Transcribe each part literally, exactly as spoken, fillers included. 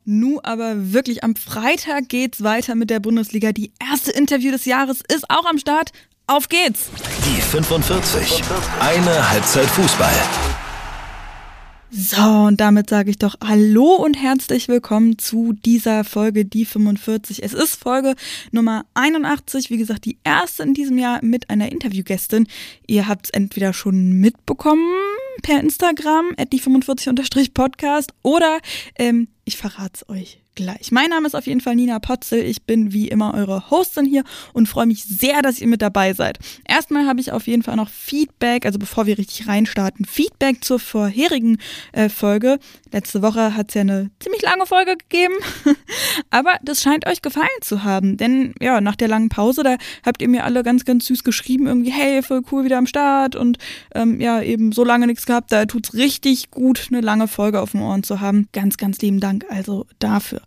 Nu aber wirklich, am Freitag geht's weiter mit der Bundesliga. Die erste Interview des Jahres ist auch am Start. Auf geht's! Die fünfundvierzig. Eine Halbzeit Fußball. So, und damit sage ich doch Hallo und herzlich willkommen zu dieser Folge, die fünfundvierzig. Es ist Folge Nummer einundachtzig, wie gesagt, die erste in diesem Jahr mit einer Interviewgästin. Ihr habt es entweder schon mitbekommen per Instagram, at die fünfundvierzig Podcast, oder ähm, ich verrate es euch gleich. Mein Name ist auf jeden Fall Nina Potzel. Ich bin wie immer eure Hostin hier und freue mich sehr, dass ihr mit dabei seid. Erstmal habe ich auf jeden Fall noch Feedback, also bevor wir richtig reinstarten, Feedback zur vorherigen äh, Folge. Letzte Woche hat es ja eine ziemlich lange Folge gegeben, aber das scheint euch gefallen zu haben, denn ja, nach der langen Pause, da habt ihr mir alle ganz, ganz süß geschrieben, irgendwie, hey, voll cool, wieder am Start und ähm, ja, eben so lange nichts gehabt, da tut's richtig gut, eine lange Folge auf den Ohren zu haben. Ganz, ganz lieben Dank also dafür.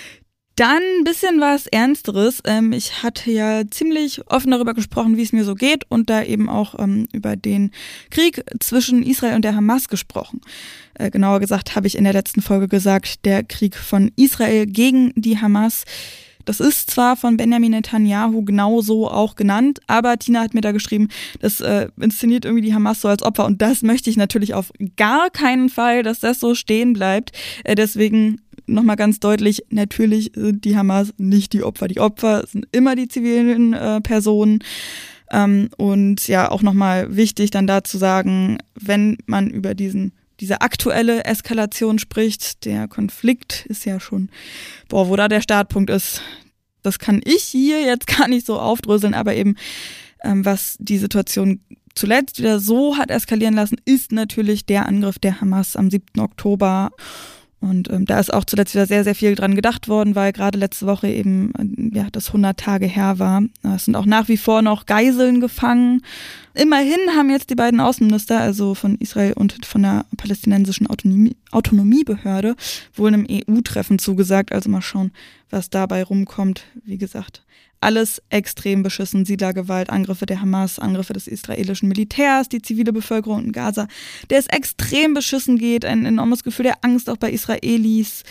Dann ein bisschen was Ernsteres. Ähm, ich hatte ja ziemlich offen darüber gesprochen, wie es mir so geht und da eben auch ähm, über den Krieg zwischen Israel und der Hamas gesprochen. Äh, genauer gesagt habe ich in der letzten Folge gesagt, der Krieg von Israel gegen die Hamas. Das ist zwar von Benjamin Netanyahu genauso auch genannt, aber Tina hat mir da geschrieben, das äh, inszeniert irgendwie die Hamas so als Opfer und das möchte ich natürlich auf gar keinen Fall, dass das so stehen bleibt. Äh, deswegen nochmal ganz deutlich, natürlich sind die Hamas nicht die Opfer. Die Opfer sind immer die zivilen äh, Personen. Ähm, und ja, auch nochmal wichtig dann dazu sagen, wenn man über diesen diese aktuelle Eskalation spricht, der Konflikt ist ja schon, boah, wo da der Startpunkt ist, das kann ich hier jetzt gar nicht so aufdröseln, aber eben, ähm, was die Situation zuletzt wieder so hat eskalieren lassen, ist natürlich der Angriff der Hamas am siebten Oktober. Und ähm, da ist auch zuletzt wieder sehr, sehr viel dran gedacht worden, weil gerade letzte Woche eben äh, ja das hundert Tage her war. Es sind auch nach wie vor noch Geiseln gefangen. Immerhin haben jetzt die beiden Außenminister, also von Israel und von der palästinensischen Autonomie, Autonomiebehörde, wohl einem E U-Treffen zugesagt. Also mal schauen, was dabei rumkommt. Wie gesagt, alles extrem beschissen. Siedlergewalt, Angriffe der Hamas, Angriffe des israelischen Militärs, die zivile Bevölkerung in Gaza, der es extrem beschissen geht. Ein enormes Gefühl der Angst auch bei Israelis.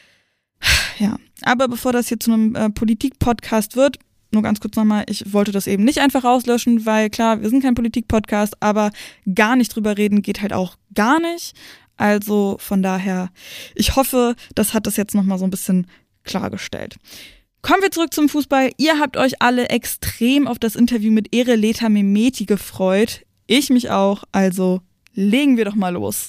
Ja, aber bevor das hier zu einem äh, Politik-Podcast wird, nur ganz kurz nochmal, ich wollte das eben nicht einfach rauslöschen, weil klar, wir sind kein Politik-Podcast, aber gar nicht drüber reden geht halt auch gar nicht. Also von daher, ich hoffe, das hat das jetzt nochmal so ein bisschen klargestellt. Kommen wir zurück zum Fußball. Ihr habt euch alle extrem auf das Interview mit Ereleta Mehmeti gefreut. Ich mich auch, also legen wir doch mal los.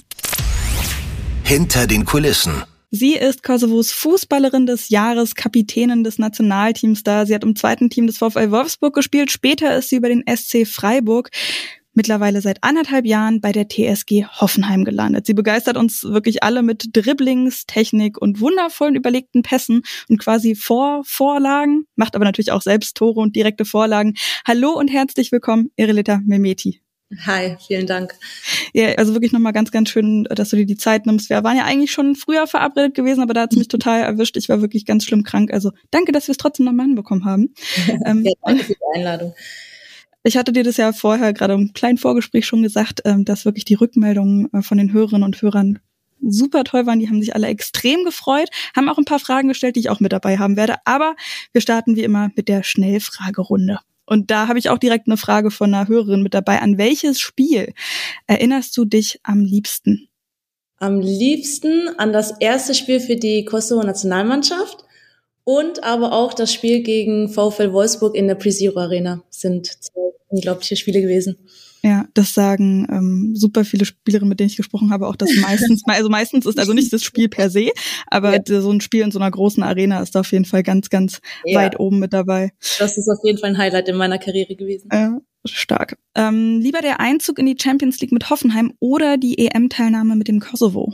Hinter den Kulissen. Sie ist Kosovos Fußballerin des Jahres, Kapitänin des Nationalteams da. Sie hat im zweiten Team des VfL Wolfsburg gespielt. Später ist sie über den S C Freiburg mittlerweile seit anderthalb Jahren bei der T S G Hoffenheim gelandet. Sie begeistert uns wirklich alle mit Dribblings, Technik und wundervollen überlegten Pässen und quasi Vor Vorlagen, macht aber natürlich auch selbst Tore und direkte Vorlagen. Hallo und herzlich willkommen, Ereleta Mehmeti. Hi, vielen Dank. Ja, also wirklich nochmal ganz, ganz schön, dass du dir die Zeit nimmst. Wir waren ja eigentlich schon früher verabredet gewesen, aber da hat es mich total erwischt. Ich war wirklich ganz schlimm krank. Also danke, dass wir es trotzdem nochmal hinbekommen haben. ähm, ja, danke für die Einladung. Ich hatte dir das ja vorher gerade im kleinen Vorgespräch schon gesagt, dass wirklich die Rückmeldungen von den Hörerinnen und Hörern super toll waren. Die haben sich alle extrem gefreut, haben auch ein paar Fragen gestellt, die ich auch mit dabei haben werde. Aber wir starten wie immer mit der Schnellfragerunde. Und da habe ich auch direkt eine Frage von einer Hörerin mit dabei. An welches Spiel erinnerst du dich am liebsten? Am liebsten an das erste Spiel für die Kosovo-Nationalmannschaft und aber auch das Spiel gegen VfL Wolfsburg in der PreZero Arena. Sind zwei unglaubliche Spiele gewesen. Ja, das sagen ähm, super viele Spielerinnen, mit denen ich gesprochen habe, auch das meistens, also meistens ist also nicht das Spiel per se, aber ja. So ein Spiel in so einer großen Arena ist da auf jeden Fall ganz, ganz ja. weit oben mit dabei. Das ist auf jeden Fall ein Highlight in meiner Karriere gewesen. Ja, stark. Ähm, lieber der Einzug in die Champions League mit Hoffenheim oder die E M-Teilnahme mit dem Kosovo?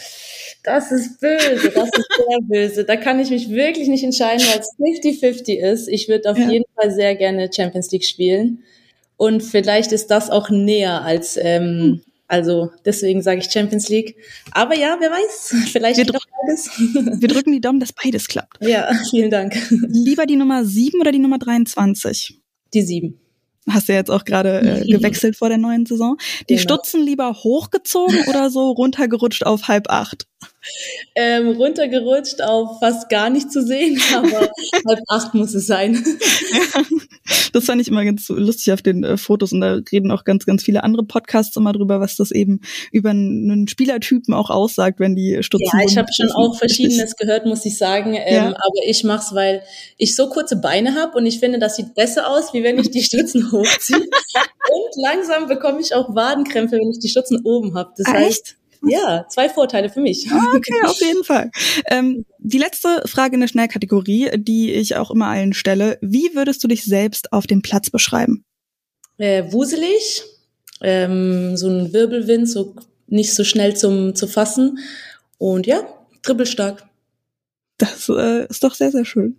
Das ist böse, das ist sehr böse. Da kann ich mich wirklich nicht entscheiden, weil es fifty fifty ist. Ich würde auf ja. jeden Fall sehr gerne Champions League spielen. Und vielleicht ist das auch näher als, ähm, also deswegen sage ich Champions League. Aber ja, wer weiß, vielleicht wir, dr- beides. Wir drücken die Daumen, dass beides klappt. Ja, vielen Dank. Lieber die Nummer sieben oder die Nummer dreiundzwanzig? Die sieben. Hast du ja jetzt auch gerade äh, gewechselt vor der neuen Saison. Die genau. Stutzen lieber hochgezogen oder so runtergerutscht auf halb acht? ähm, runtergerutscht auf fast gar nicht zu sehen, aber halb acht muss es sein. Ja, das fand ich immer ganz lustig auf den äh, Fotos und da reden auch ganz, ganz viele andere Podcasts immer drüber, was das eben über einen Spielertypen auch aussagt, wenn die Stutzen. Ja, ich habe schon auch Verschiedenes gehört, muss ich sagen, ähm, ja. aber ich mach's, weil ich so kurze Beine habe und ich finde, das sieht besser aus, wie wenn ich die Stutzen hochziehe. Und langsam bekomme ich auch Wadenkrämpfe, wenn ich die Stutzen oben habe. Das ah, heißt, echt? Ja, zwei Vorteile für mich. Okay, auf jeden Fall. Ähm, die letzte Frage in der Schnellkategorie, die ich auch immer allen stelle. Wie würdest du dich selbst auf dem Platz beschreiben? Äh, wuselig, ähm, so ein Wirbelwind, so nicht so schnell zum zu fassen. Und ja, dribbelstark. Das äh, ist doch sehr, sehr schön.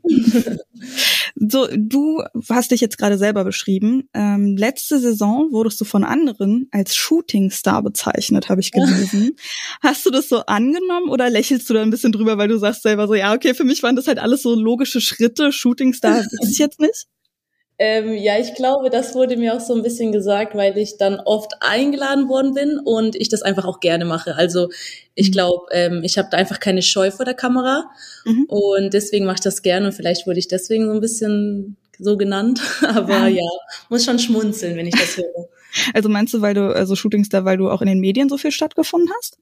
So, du hast dich jetzt gerade selber beschrieben. Ähm, letzte Saison wurdest du von anderen als Shootingstar bezeichnet, habe ich gelesen. Hast du das so angenommen oder lächelst du da ein bisschen drüber, weil du sagst selber so, ja, okay, für mich waren das halt alles so logische Schritte. Shootingstar ist es jetzt nicht? Ähm, ja, ich glaube, das wurde mir auch so ein bisschen gesagt, weil ich dann oft eingeladen worden bin und ich das einfach auch gerne mache. Also ich glaube, ähm, ich habe da einfach keine Scheu vor der Kamera mhm. und deswegen mache ich das gerne und vielleicht wurde ich deswegen so ein bisschen so genannt. Aber ja, muss schon schmunzeln, wenn ich das höre. Also meinst du, weil du also Shootingstar, weil du auch in den Medien so viel stattgefunden hast?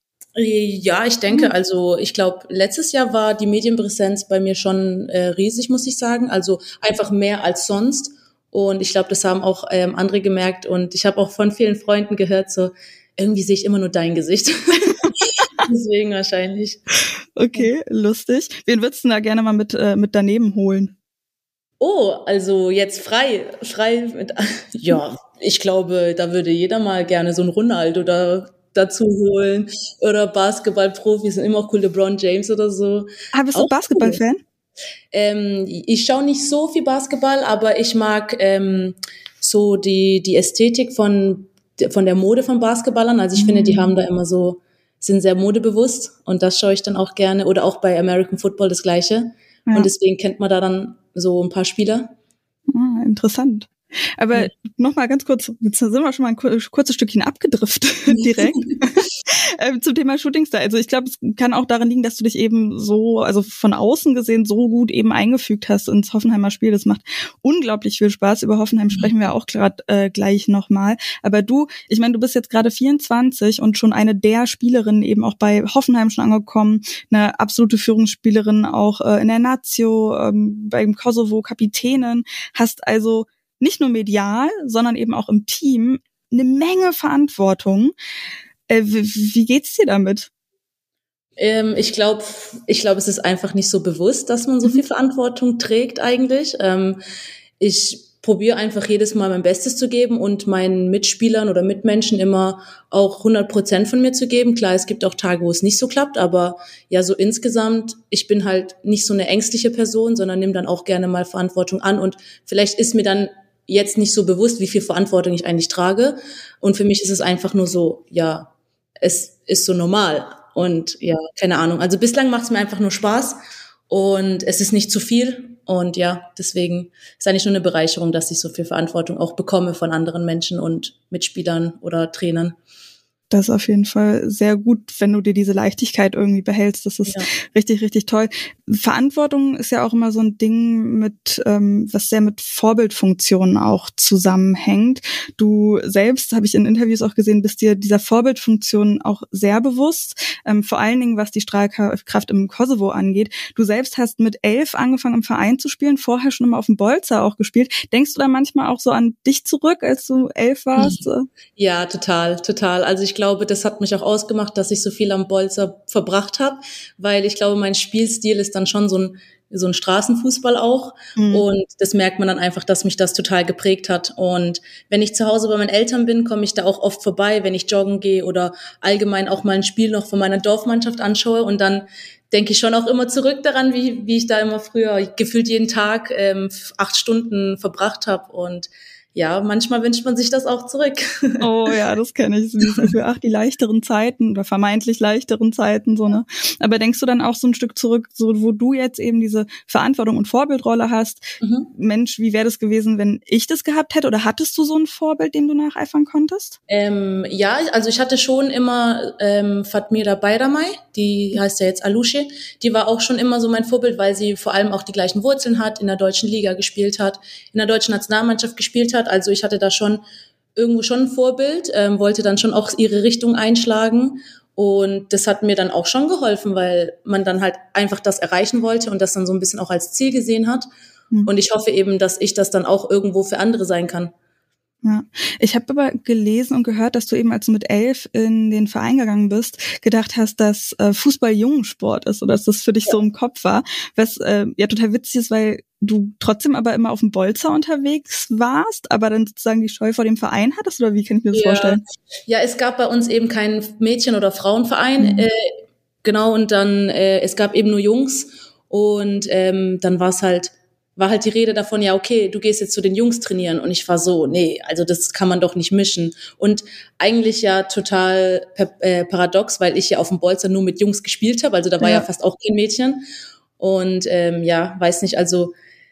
Ja, ich denke, also ich glaube, letztes Jahr war die Medienpräsenz bei mir schon äh, riesig, muss ich sagen. Also einfach mehr als sonst. Und ich glaube, das haben auch ähm, andere gemerkt. Und ich habe auch von vielen Freunden gehört, so irgendwie sehe ich immer nur dein Gesicht. Deswegen wahrscheinlich. Okay, lustig. Wen würdest du da gerne mal mit äh, mit daneben holen? Oh, also jetzt frei, frei mit, ja, ich glaube, da würde jeder mal gerne so ein Ronaldo da dazu holen oder Basketballprofis sind immer auch cool, LeBron James oder so. Ah, bist du Basketball-Fan? Ähm, ich schaue nicht so viel Basketball, aber ich mag ähm, so die die Ästhetik von von der Mode von Basketballern. Also ich mhm. finde, die haben da immer so, sind sehr modebewusst und das schaue ich dann auch gerne. Oder auch bei American Football das Gleiche. Ja. Und deswegen kennt man da dann so ein paar Spieler. Ah, interessant. Aber ja. noch mal ganz kurz, jetzt sind wir schon mal ein kurzes Stückchen abgedriftet direkt ähm, zum Thema Shootingstar. Also ich glaube, es kann auch daran liegen, dass du dich eben so, also von außen gesehen so gut eben eingefügt hast ins Hoffenheimer Spiel. Das macht unglaublich viel Spaß. Über Hoffenheim sprechen wir auch gerade äh, gleich nochmal. Aber du, ich meine, du bist jetzt gerade vierundzwanzig und schon eine der Spielerinnen eben auch bei Hoffenheim schon angekommen, eine absolute Führungsspielerin auch äh, in der Nazio, ähm, beim Kosovo Kapitänin, hast also nicht nur medial, sondern eben auch im Team eine Menge Verantwortung. Äh, wie, wie geht's dir damit? Ähm, ich glaube, ich glaube, es ist einfach nicht so bewusst, dass man so viel Verantwortung trägt eigentlich. Ähm, ich probiere einfach jedes Mal mein Bestes zu geben und meinen Mitspielern oder Mitmenschen immer auch hundert Prozent von mir zu geben. Klar, es gibt auch Tage, wo es nicht so klappt, aber ja, so insgesamt, ich bin halt nicht so eine ängstliche Person, sondern nehme dann auch gerne mal Verantwortung an und vielleicht ist mir dann jetzt nicht so bewusst, wie viel Verantwortung ich eigentlich trage. Und für mich ist es einfach nur so, ja, es ist so normal. Und ja, keine Ahnung. Also bislang macht es mir einfach nur Spaß und es ist nicht zu viel. Und ja, deswegen ist eigentlich nur eine Bereicherung, dass ich so viel Verantwortung auch bekomme von anderen Menschen und Mitspielern oder Trainern. Das ist auf jeden Fall sehr gut, wenn du dir diese Leichtigkeit irgendwie behältst. Das ist ja richtig, richtig toll. Verantwortung ist ja auch immer so ein Ding mit, ähm, was sehr mit Vorbildfunktionen auch zusammenhängt. Du selbst, habe ich in Interviews auch gesehen, bist dir dieser Vorbildfunktion auch sehr bewusst. Ähm, vor allen Dingen, was die Strahlkraft im Kosovo angeht. Du selbst hast mit elf angefangen im Verein zu spielen, vorher schon immer auf dem Bolzer auch gespielt. Denkst du da manchmal auch so an dich zurück, als du elf warst? Ja, total, total. Also ich Ich glaube, das hat mich auch ausgemacht, dass ich so viel am Bolzer verbracht habe, weil ich glaube, mein Spielstil ist dann schon so ein so ein Straßenfußball auch mhm. und das merkt man dann einfach, dass mich das total geprägt hat und wenn ich zu Hause bei meinen Eltern bin, komme ich da auch oft vorbei, wenn ich joggen gehe oder allgemein auch mal ein Spiel noch von meiner Dorfmannschaft anschaue und dann denke ich schon auch immer zurück daran, wie wie ich da immer früher gefühlt jeden Tag ähm, acht Stunden verbracht habe und ja, manchmal wünscht man sich das auch zurück. Oh ja, das kenne ich. So dieses Gefühl, ach, die leichteren Zeiten oder vermeintlich leichteren Zeiten, so, ne? Aber denkst du dann auch so ein Stück zurück, so, wo du jetzt eben diese Verantwortung und Vorbildrolle hast? Mhm. Mensch, wie wäre das gewesen, wenn ich das gehabt hätte? Oder hattest du so ein Vorbild, dem du nacheifern konntest? Ähm, ja, also ich hatte schon immer ähm, Fatmira Bayramay, die heißt ja jetzt Alushe, die war auch schon immer so mein Vorbild, weil sie vor allem auch die gleichen Wurzeln hat, in der deutschen Liga gespielt hat, in der deutschen Nationalmannschaft gespielt hat. Also ich hatte da schon irgendwo schon ein Vorbild, ähm, wollte dann schon auch ihre Richtung einschlagen. Und das hat mir dann auch schon geholfen, weil man dann halt einfach das erreichen wollte und das dann so ein bisschen auch als Ziel gesehen hat. Mhm. Und ich hoffe eben, dass ich das dann auch irgendwo für andere sein kann. Ja, ich habe aber gelesen und gehört, dass du eben, als du mit elf in den Verein gegangen bist, gedacht hast, dass äh, Fußball Jungensport ist oder dass das für dich ja. so im Kopf war, was äh, ja total witzig ist, weil du trotzdem aber immer auf dem Bolzer unterwegs warst, aber dann sozusagen die Scheu vor dem Verein hattest, oder wie kann ich mir das ja. vorstellen? Ja, es gab bei uns eben keinen Mädchen- oder Frauenverein, mhm. äh, genau, und dann, äh, es gab eben nur Jungs und ähm, dann war es halt, war halt die Rede davon, ja, okay, du gehst jetzt zu den Jungs trainieren. Und ich war so, nee, also das kann man doch nicht mischen. Und eigentlich ja total äh, paradox, weil ich ja auf dem Bolzer nur mit Jungs gespielt habe. Also da war ja, ja fast auch kein Mädchen. Und ähm, ja, weiß nicht, also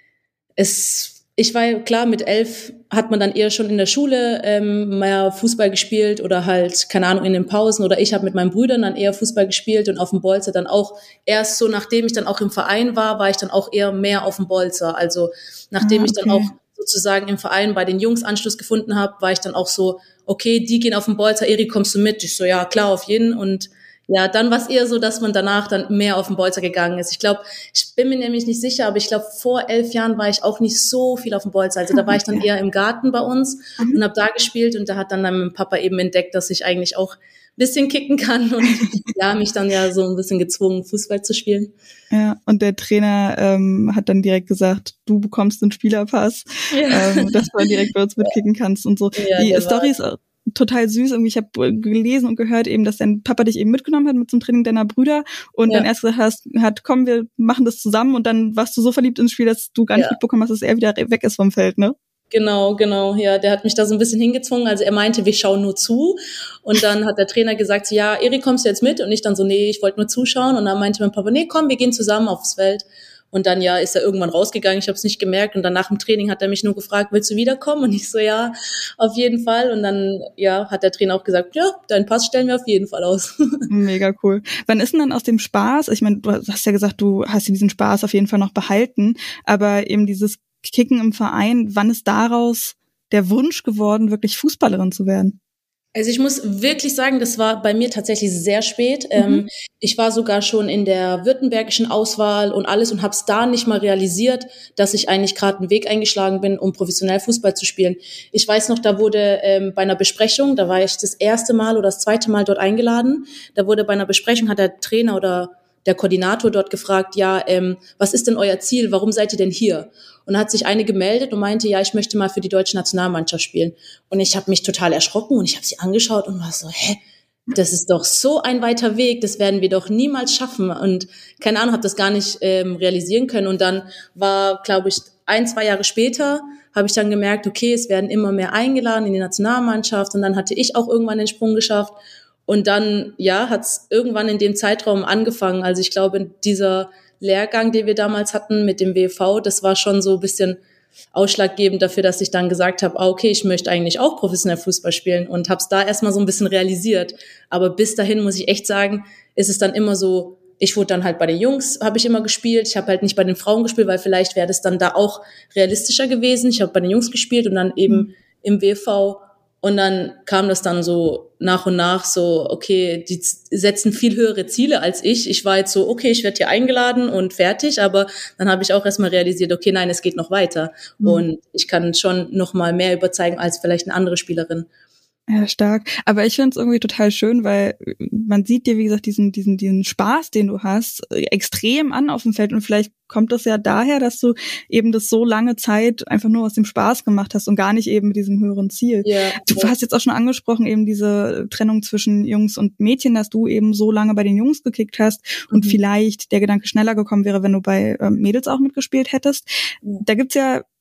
es... Ich war klar, mit elf hat man dann eher schon in der Schule ähm, mehr Fußball gespielt oder halt, keine Ahnung, in den Pausen, oder ich habe mit meinen Brüdern dann eher Fußball gespielt und auf dem Bolzer dann auch erst so, nachdem ich dann auch im Verein war, war ich dann auch eher mehr auf dem Bolzer. Also nachdem ah, okay. ich dann auch sozusagen im Verein bei den Jungs Anschluss gefunden habe, war ich dann auch so, okay, die gehen auf den Bolzer, Erik, kommst du mit? Ich so, ja, klar, auf jeden. Und ja, dann war es eher so, dass man danach dann mehr auf den Bolzer gegangen ist. Ich glaube, ich bin mir nämlich nicht sicher, aber ich glaube, vor elf Jahren war ich auch nicht so viel auf dem Bolzer. Also da war ich dann eher im Garten bei uns mhm. und habe da gespielt, und da hat dann mein Papa eben entdeckt, dass ich eigentlich auch ein bisschen kicken kann, und ja, mich dann ja so ein bisschen gezwungen, Fußball zu spielen. Ja, und der Trainer ähm, hat dann direkt gesagt, du bekommst einen Spielerpass, ja. ähm, dass du dann direkt bei uns mitkicken kannst und so. Ja, die Story ist auch total süß. Irgendwie, ich habe gelesen und gehört eben, dass dein Papa dich eben mitgenommen hat mit zum Training deiner Brüder und ja. dann erst gesagt hast, hat, komm, wir machen das zusammen, und dann warst du so verliebt ins Spiel, dass du gar nicht ja. mitbekommen hast, dass er wieder weg ist vom Feld, ne? Genau, genau, ja, der hat mich da so ein bisschen hingezwungen. Also er meinte, wir schauen nur zu, und dann hat der Trainer gesagt, so, ja, Erik, kommst du jetzt mit? Und ich dann so, nee, ich wollte nur zuschauen, und dann meinte mein Papa, nee, komm, wir gehen zusammen aufs Feld. Und dann, ja, ist er irgendwann rausgegangen, ich habe es nicht gemerkt, und dann nach dem Training hat er mich nur gefragt, willst du wiederkommen? Und ich so, ja, auf jeden Fall. Und dann, ja, hat der Trainer auch gesagt, ja, deinen Pass stellen wir auf jeden Fall aus. Mega cool. Wann ist denn dann aus dem Spaß, ich meine, du hast ja gesagt, du hast diesen Spaß auf jeden Fall noch behalten, aber eben dieses Kicken im Verein, wann ist daraus der Wunsch geworden, wirklich Fußballerin zu werden? Also ich muss wirklich sagen, das war bei mir tatsächlich sehr spät. Mhm. Ähm, ich war sogar schon in der württembergischen Auswahl und alles und habe es da nicht mal realisiert, dass ich eigentlich gerade einen Weg eingeschlagen bin, um professionell Fußball zu spielen. Ich weiß noch, da wurde ähm, bei einer Besprechung, da war ich das erste Mal oder das zweite Mal dort eingeladen, da wurde bei einer Besprechung, hat der Trainer oder der Koordinator dort gefragt, ja, ähm, was ist denn euer Ziel? Warum seid ihr denn hier? Und da hat sich eine gemeldet und meinte, ja, ich möchte mal für die deutsche Nationalmannschaft spielen. Und ich habe mich total erschrocken und ich habe sie angeschaut und war so, hä, das ist doch so ein weiter Weg, das werden wir doch niemals schaffen. Und keine Ahnung, habe das gar nicht ähm, realisieren können. Und dann war, glaube ich, ein, zwei Jahre später, habe ich dann gemerkt, okay, es werden immer mehr eingeladen in die Nationalmannschaft. Und dann hatte ich auch irgendwann den Sprung geschafft. Und dann, ja, hat es irgendwann in dem Zeitraum angefangen. Also ich glaube, dieser Lehrgang, den wir damals hatten mit dem W V, das war schon so ein bisschen ausschlaggebend dafür, dass ich dann gesagt habe, ah, okay, ich möchte eigentlich auch professionell Fußball spielen, und habe es da erstmal so ein bisschen realisiert. Aber bis dahin, muss ich echt sagen, ist es dann immer so, ich wurde dann halt bei den Jungs, habe ich immer gespielt. Ich habe halt nicht bei den Frauen gespielt, weil vielleicht wäre das dann da auch realistischer gewesen. Ich habe bei den Jungs gespielt und dann eben mhm. im W V. Und dann kam das dann so nach und nach so, okay, die setzen viel höhere Ziele als ich. Ich war jetzt so, okay, ich werde hier eingeladen und fertig. Aber dann habe ich auch erstmal realisiert, okay, nein, es geht noch weiter. Mhm. Und ich kann schon noch mal mehr überzeugen als vielleicht eine andere Spielerin. Ja, stark. Aber ich finde es irgendwie total schön, weil man sieht dir, wie gesagt, diesen diesen diesen Spaß, den du hast, extrem an auf dem Feld. Und vielleicht kommt das ja daher, dass du eben das so lange Zeit einfach nur aus dem Spaß gemacht hast und gar nicht eben mit diesem höheren Ziel. Ja, du ja. hast jetzt auch schon angesprochen, eben diese Trennung zwischen Jungs und Mädchen, dass du eben so lange bei den Jungs gekickt hast und mhm. vielleicht der Gedanke schneller gekommen wäre, wenn du bei ähm, Mädels auch mitgespielt hättest. Mhm. Da gibt's ja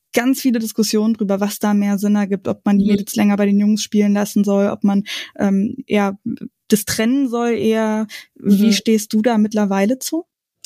ganz viele Diskussionen drüber, was da mehr Sinn ergibt, ob man die Mhm. Mädels länger bei den Jungs spielen lassen soll, ob man ähm, eher das trennen soll eher. Wie Mhm. stehst du da mittlerweile zu?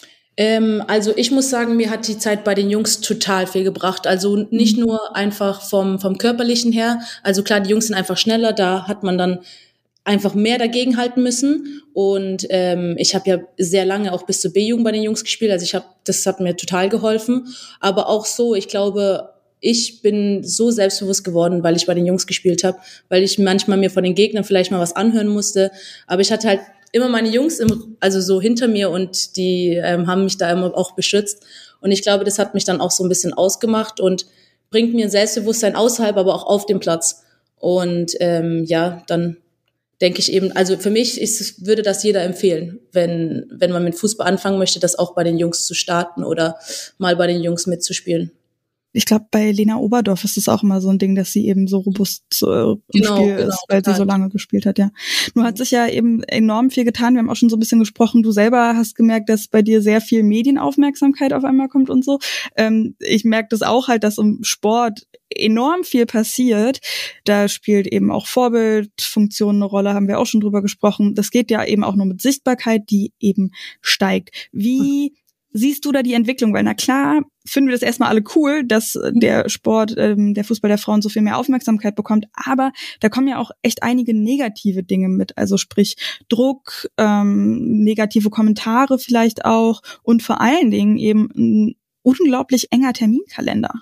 Ähm, also ich muss sagen, mir hat die Zeit bei den Jungs total viel gebracht. Also nicht Mhm. nur einfach vom, vom Körperlichen her. Also klar, die Jungs sind einfach schneller, da hat man dann einfach mehr dagegen halten müssen. Und ähm, ich habe ja sehr lange auch bis zur B-Jugend bei den Jungs gespielt. Also ich habe, das hat mir total geholfen. Aber auch so, ich glaube, ich bin so selbstbewusst geworden, weil ich bei den Jungs gespielt habe, weil ich manchmal mir von den Gegnern vielleicht mal was anhören musste. Aber ich hatte halt immer meine Jungs im, also so hinter mir und die ähm, haben mich da immer auch beschützt. Und ich glaube, das hat mich dann auch so ein bisschen ausgemacht und bringt mir Selbstbewusstsein außerhalb, aber auch auf dem Platz. Und ähm, ja, dann denke ich eben, also für mich ist, würde das jeder empfehlen, wenn, wenn man mit Fußball anfangen möchte, das auch bei den Jungs zu starten oder mal bei den Jungs mitzuspielen. Ich glaube, bei Lena Oberdorf ist es auch immer so ein Ding, dass sie eben so robust äh, im Genau, Spiel genau, ist, weil total. sie so lange gespielt hat, ja. Nur hat sich ja eben enorm viel getan. Wir haben auch schon so ein bisschen gesprochen. Du selber hast gemerkt, dass bei dir sehr viel Medienaufmerksamkeit auf einmal kommt und so. Ähm, ich merke das auch halt, dass im Sport enorm viel passiert. Da spielt eben auch Vorbildfunktion eine Rolle, haben wir auch schon drüber gesprochen. Das geht ja eben auch nur mit Sichtbarkeit, die eben steigt. Wie siehst du da die Entwicklung? Weil na klar, finden wir das erstmal alle cool, dass der Sport, ähm, der Fußball der Frauen so viel mehr Aufmerksamkeit bekommt, aber da kommen ja auch echt einige negative Dinge mit, also sprich Druck, ähm, negative Kommentare vielleicht auch und vor allen Dingen eben ein unglaublich enger Terminkalender.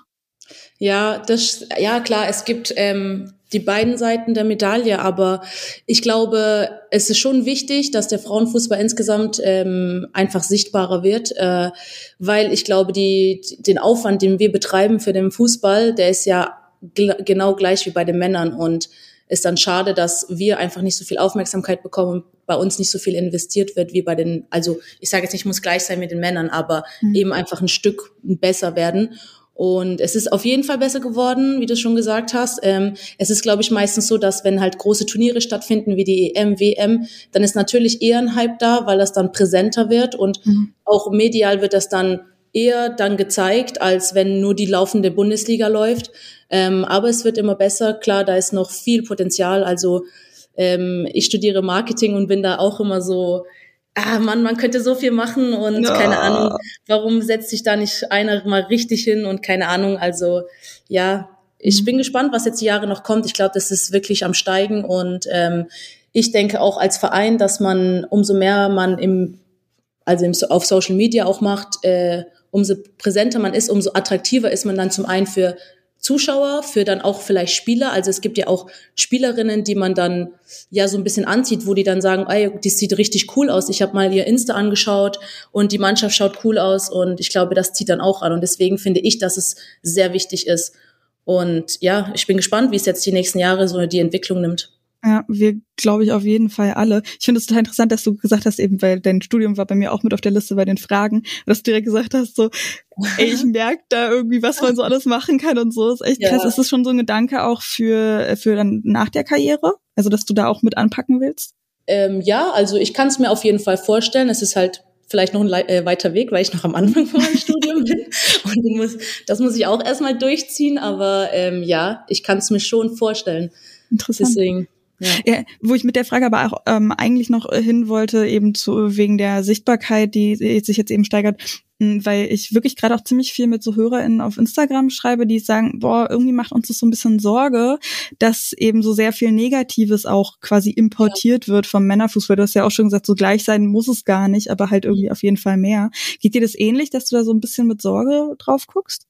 Ja, das, ja klar, es gibt ähm, die beiden Seiten der Medaille, aber ich glaube, es ist schon wichtig, dass der Frauenfußball insgesamt ähm, einfach sichtbarer wird, äh, weil ich glaube, die, den Aufwand, den wir betreiben für den Fußball, der ist ja gl- genau gleich wie bei den Männern und ist dann schade, dass wir einfach nicht so viel Aufmerksamkeit bekommen und bei uns nicht so viel investiert wird wie bei den, also ich sage jetzt nicht, muss gleich sein mit den Männern, aber mhm. eben einfach ein Stück besser werden. Und es ist auf jeden Fall besser geworden, wie du schon gesagt hast. Ähm, es ist, glaube ich, meistens so, dass wenn halt große Turniere stattfinden, wie die E M, W M, dann ist natürlich eher ein Hype da, weil das dann präsenter wird und mhm. auch medial wird das dann eher dann gezeigt, als wenn nur die laufende Bundesliga läuft. Ähm, aber es wird immer besser. Klar, da ist noch viel Potenzial. Also ähm, ich studiere Marketing und bin da auch immer so, ah Mann, man könnte so viel machen und ja. keine Ahnung, warum setzt sich da nicht einer mal richtig hin und keine Ahnung, also ja, ich mhm. bin gespannt, was jetzt die Jahre noch kommt. Ich glaube, das ist wirklich am Steigen und ähm, ich denke auch als Verein, dass man, umso mehr man im, also im, auf Social Media auch macht, äh, umso präsenter man ist, umso attraktiver ist man dann zum einen für Zuschauer, für dann auch vielleicht Spieler. Also es gibt ja auch Spielerinnen, die man dann ja so ein bisschen anzieht, wo die dann sagen, ey, die sieht richtig cool aus. Ich habe mal ihr Insta angeschaut und die Mannschaft schaut cool aus und ich glaube, das zieht dann auch an. Und deswegen finde ich, dass es sehr wichtig ist. Und ja, ich bin gespannt, wie es jetzt die nächsten Jahre so die Entwicklung nimmt. Ja, wir, glaube ich, auf jeden Fall alle. Ich finde es total interessant, dass du gesagt hast, eben, weil dein Studium war bei mir auch mit auf der Liste bei den Fragen, dass du direkt gesagt hast, so, ey, ich merke da irgendwie, was man so alles machen kann und so. Ist echt krass. Ja. Ist das schon so ein Gedanke auch für, für dann nach der Karriere? Also, dass du da auch mit anpacken willst? Ähm, ja, also ich kann es mir auf jeden Fall vorstellen. Es ist halt vielleicht noch ein le- äh, weiter Weg, weil ich noch am Anfang von meinem Studium bin. Und den muss, das muss ich auch erstmal durchziehen. Aber ähm, ja, ich kann es mir schon vorstellen. Interessant. Deswegen. Ja. Ja, wo ich mit der Frage aber auch ähm, eigentlich noch hin wollte, eben zu wegen der Sichtbarkeit, die sich jetzt eben steigert, weil ich wirklich gerade auch ziemlich viel mit so HörerInnen auf Instagram schreibe, die sagen, boah, irgendwie macht uns das so ein bisschen Sorge, dass eben so sehr viel Negatives auch quasi importiert ja. wird vom Männerfußball. Du hast ja auch schon gesagt, so gleich sein muss es gar nicht, aber halt irgendwie auf jeden Fall mehr. Geht dir das ähnlich, dass du da so ein bisschen mit Sorge drauf guckst?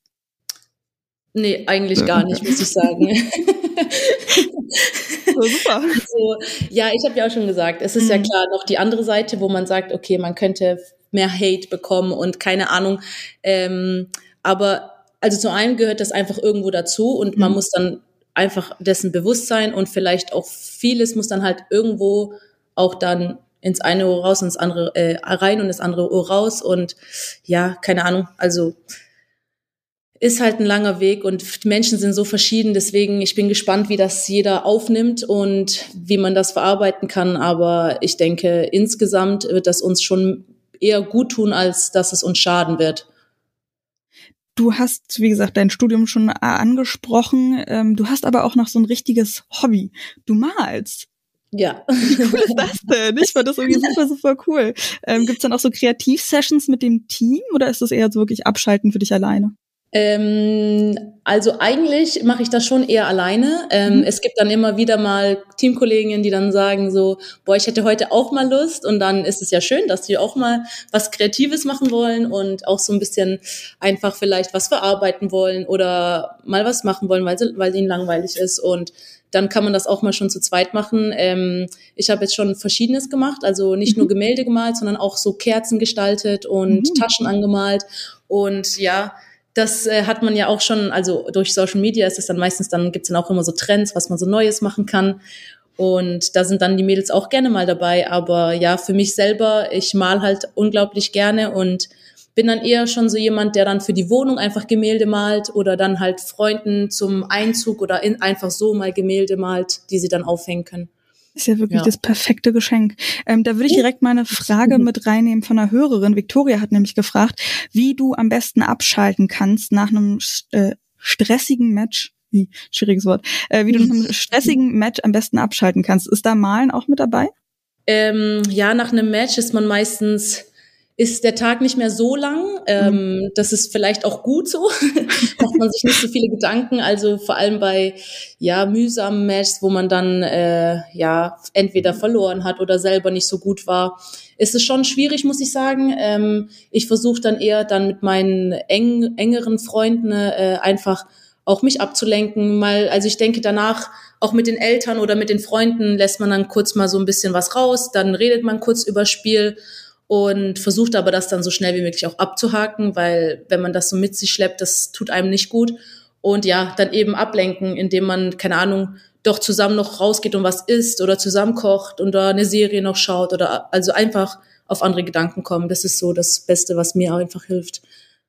Nee, eigentlich gar nicht, muss ich sagen. So, super. Also, ja, ich habe ja auch schon gesagt, es ist mhm. ja klar noch die andere Seite, wo man sagt, okay, man könnte mehr Hate bekommen und keine Ahnung. Ähm, aber also zum einen gehört das einfach irgendwo dazu und mhm. man muss dann einfach dessen bewusst sein und vielleicht auch vieles muss dann halt irgendwo auch dann ins eine Ohr raus und ins andere äh, rein und das andere Ohr raus und ja, keine Ahnung, also ist halt ein langer Weg und Menschen sind so verschieden, deswegen ich bin gespannt, wie das jeder aufnimmt und wie man das verarbeiten kann, aber ich denke, insgesamt wird das uns schon eher gut tun, als dass es uns schaden wird. Du hast, wie gesagt, dein Studium schon angesprochen. Ähm, du hast aber auch noch so ein richtiges Hobby. Du malst. Ja. Wie cool ist das denn? Ich fand das irgendwie super, super cool. Ähm, gibt's dann auch so Kreativ-Sessions mit dem Team oder ist das eher so wirklich Abschalten für dich alleine? Ähm, also eigentlich mache ich das schon eher alleine. Ähm, mhm. Es gibt dann immer wieder mal Teamkolleginnen, die dann sagen so, boah, ich hätte heute auch mal Lust. Und dann ist es ja schön, dass die auch mal was Kreatives machen wollen und auch so ein bisschen einfach vielleicht was verarbeiten wollen oder mal was machen wollen, weil sie, weil ihnen langweilig ist. Und dann kann man das auch mal schon zu zweit machen. Ähm, ich habe jetzt schon Verschiedenes gemacht, also nicht mhm. nur Gemälde gemalt, sondern auch so Kerzen gestaltet und mhm. Taschen angemalt. Und ja, das äh, hat man ja auch schon, also durch Social Media ist es dann meistens, dann gibt's dann auch immer so Trends, was man so Neues machen kann. Und da sind dann die Mädels auch gerne mal dabei. Aber ja, für mich selber, ich mal halt unglaublich gerne und bin dann eher schon so jemand, der dann für die Wohnung einfach Gemälde malt oder dann halt Freunden zum Einzug oder in, einfach so mal Gemälde malt, die sie dann aufhängen können. Ist ja wirklich ja. das perfekte Geschenk. Ähm, da würde ich direkt mal eine Frage mit reinnehmen von einer Hörerin. Victoria hat nämlich gefragt, wie du am besten abschalten kannst nach einem äh, stressigen Match. Wie, schwieriges Wort. Äh, wie du nach einem stressigen Match am besten abschalten kannst. Ist da Malen auch mit dabei? Ähm, ja, nach einem Match ist man meistens... ist der Tag nicht mehr so lang. Ähm, das ist vielleicht auch gut so. Macht man sich nicht so viele Gedanken. Also vor allem bei ja mühsamen Matches, wo man dann äh, ja entweder verloren hat oder selber nicht so gut war, ist es schon schwierig, muss ich sagen. Ähm, ich versuche dann eher dann mit meinen eng, engeren Freunden äh, einfach auch mich abzulenken. Mal, also ich denke danach auch mit den Eltern oder mit den Freunden lässt man dann kurz mal so ein bisschen was raus. Dann redet man kurz über Spiel. Und versucht aber das dann so schnell wie möglich auch abzuhaken, weil wenn man das so mit sich schleppt, das tut einem nicht gut. Und ja, dann eben ablenken, indem man, keine Ahnung, doch zusammen noch rausgeht und was isst oder zusammen kocht oder eine Serie noch schaut oder also einfach auf andere Gedanken kommen. Das ist so das Beste, was mir einfach hilft.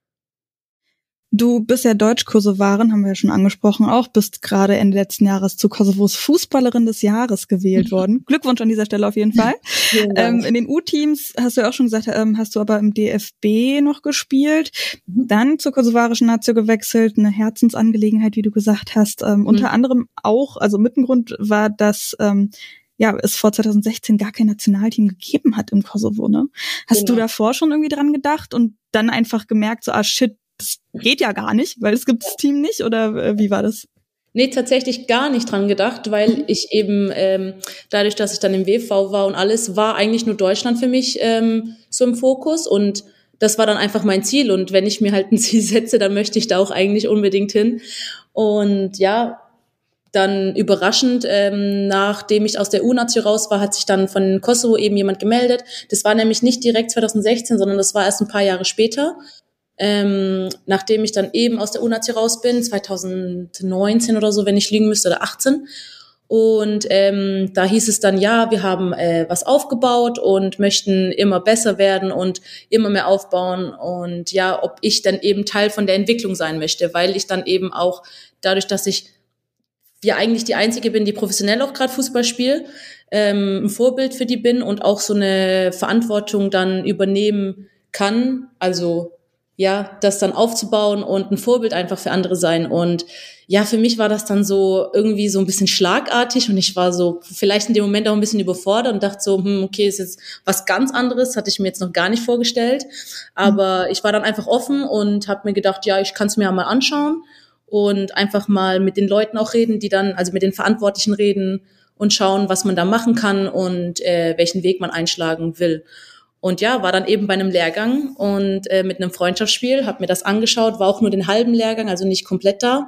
Du bist ja Deutsch-Kosovarin, haben wir ja schon angesprochen, auch bist gerade Ende letzten Jahres zu Kosovos Fußballerin des Jahres gewählt worden. Glückwunsch an dieser Stelle auf jeden Fall. ähm, in den U-Teams, hast du ja auch schon gesagt, ähm, hast du aber im D F B noch gespielt, mhm. dann zur kosovarischen Nazio gewechselt, eine Herzensangelegenheit, wie du gesagt hast. Ähm, mhm. Unter anderem auch, also Mittengrund war, dass ähm, ja, es vor zwanzig sechzehn gar kein Nationalteam gegeben hat im Kosovo, ne? Hast genau. du davor schon irgendwie dran gedacht und dann einfach gemerkt, so, ah shit, das geht ja gar nicht, weil es gibt das Team nicht, oder äh, wie war das? Nee, tatsächlich gar nicht dran gedacht, weil ich eben ähm, dadurch, dass ich dann im W V war und alles, war eigentlich nur Deutschland für mich ähm, so im Fokus und das war dann einfach mein Ziel und wenn ich mir halt ein Ziel setze, dann möchte ich da auch eigentlich unbedingt hin und ja, dann überraschend, ähm, nachdem ich aus der U-Nazio raus war, hat sich dann von Kosovo eben jemand gemeldet. Das war nämlich nicht direkt zwanzig sechzehn, sondern das war erst ein paar Jahre später. Ähm, nachdem ich dann eben aus der U-Nazio raus bin, zwanzig neunzehn oder so, wenn ich lügen müsste, oder achtzehn. Und ähm, da hieß es dann, ja, wir haben äh, was aufgebaut und möchten immer besser werden und immer mehr aufbauen. Und ja, ob ich dann eben Teil von der Entwicklung sein möchte, weil ich dann eben auch dadurch, dass ich ja eigentlich die Einzige bin, die professionell auch gerade Fußball spielt, ähm, ein Vorbild für die bin und auch so eine Verantwortung dann übernehmen kann, also ja, das dann aufzubauen und ein Vorbild einfach für andere sein. Und ja, für mich war das dann so irgendwie so ein bisschen schlagartig und ich war so vielleicht in dem Moment auch ein bisschen überfordert und dachte so, hm, okay, ist jetzt was ganz anderes, hatte ich mir jetzt noch gar nicht vorgestellt. Aber ich war dann einfach offen und habe mir gedacht, ja, ich kann es mir ja mal anschauen und einfach mal mit den Leuten auch reden, die dann, also mit den Verantwortlichen reden und schauen, was man da machen kann und äh, welchen Weg man einschlagen will. Und ja, war dann eben bei einem Lehrgang und äh, mit einem Freundschaftsspiel, habe mir das angeschaut, war auch nur den halben Lehrgang, also nicht komplett da.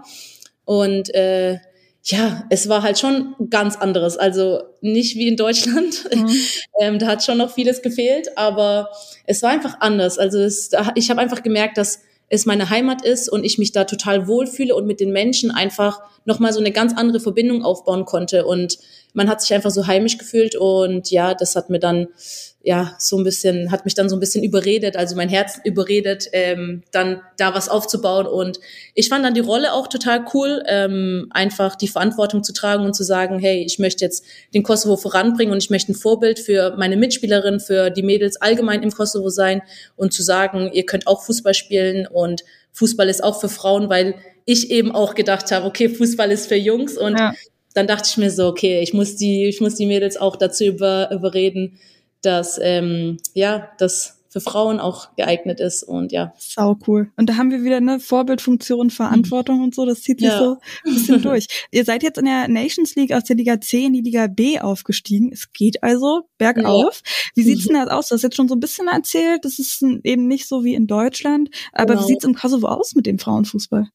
Und äh, ja, es war halt schon ganz anderes, also nicht wie in Deutschland. Mhm. ähm, da hat schon noch vieles gefehlt, aber es war einfach anders. Also es, ich habe einfach gemerkt, dass es meine Heimat ist und ich mich da total wohlfühle und mit den Menschen einfach nochmal so eine ganz andere Verbindung aufbauen konnte. Und man hat sich einfach so heimisch gefühlt und ja, das hat mir dann ja so ein bisschen, hat mich dann so ein bisschen überredet, also mein Herz überredet, ähm, dann da was aufzubauen und ich fand dann die Rolle auch total cool, ähm, einfach die Verantwortung zu tragen und zu sagen, hey, ich möchte jetzt den Kosovo voranbringen und ich möchte ein Vorbild für meine Mitspielerinnen, für die Mädels allgemein im Kosovo sein und zu sagen, ihr könnt auch Fußball spielen und Fußball ist auch für Frauen, weil ich eben auch gedacht habe, okay, Fußball ist für Jungs und ja. Dann dachte ich mir so, okay, ich muss die, ich muss die Mädels auch dazu über, überreden, dass ähm, ja, das für Frauen auch geeignet ist und ja. Sau cool. Und da haben wir wieder eine Vorbildfunktion, Verantwortung mhm. und so, das zieht sich ja. so ein bisschen durch. Ihr seid jetzt in der Nations League aus der Liga C in die Liga B aufgestiegen. Es geht also bergauf. Ja. Wie sieht's denn das aus? Du hast jetzt schon so ein bisschen erzählt, das ist eben nicht so wie in Deutschland, aber genau. Wie sieht's im Kosovo aus mit dem Frauenfußball?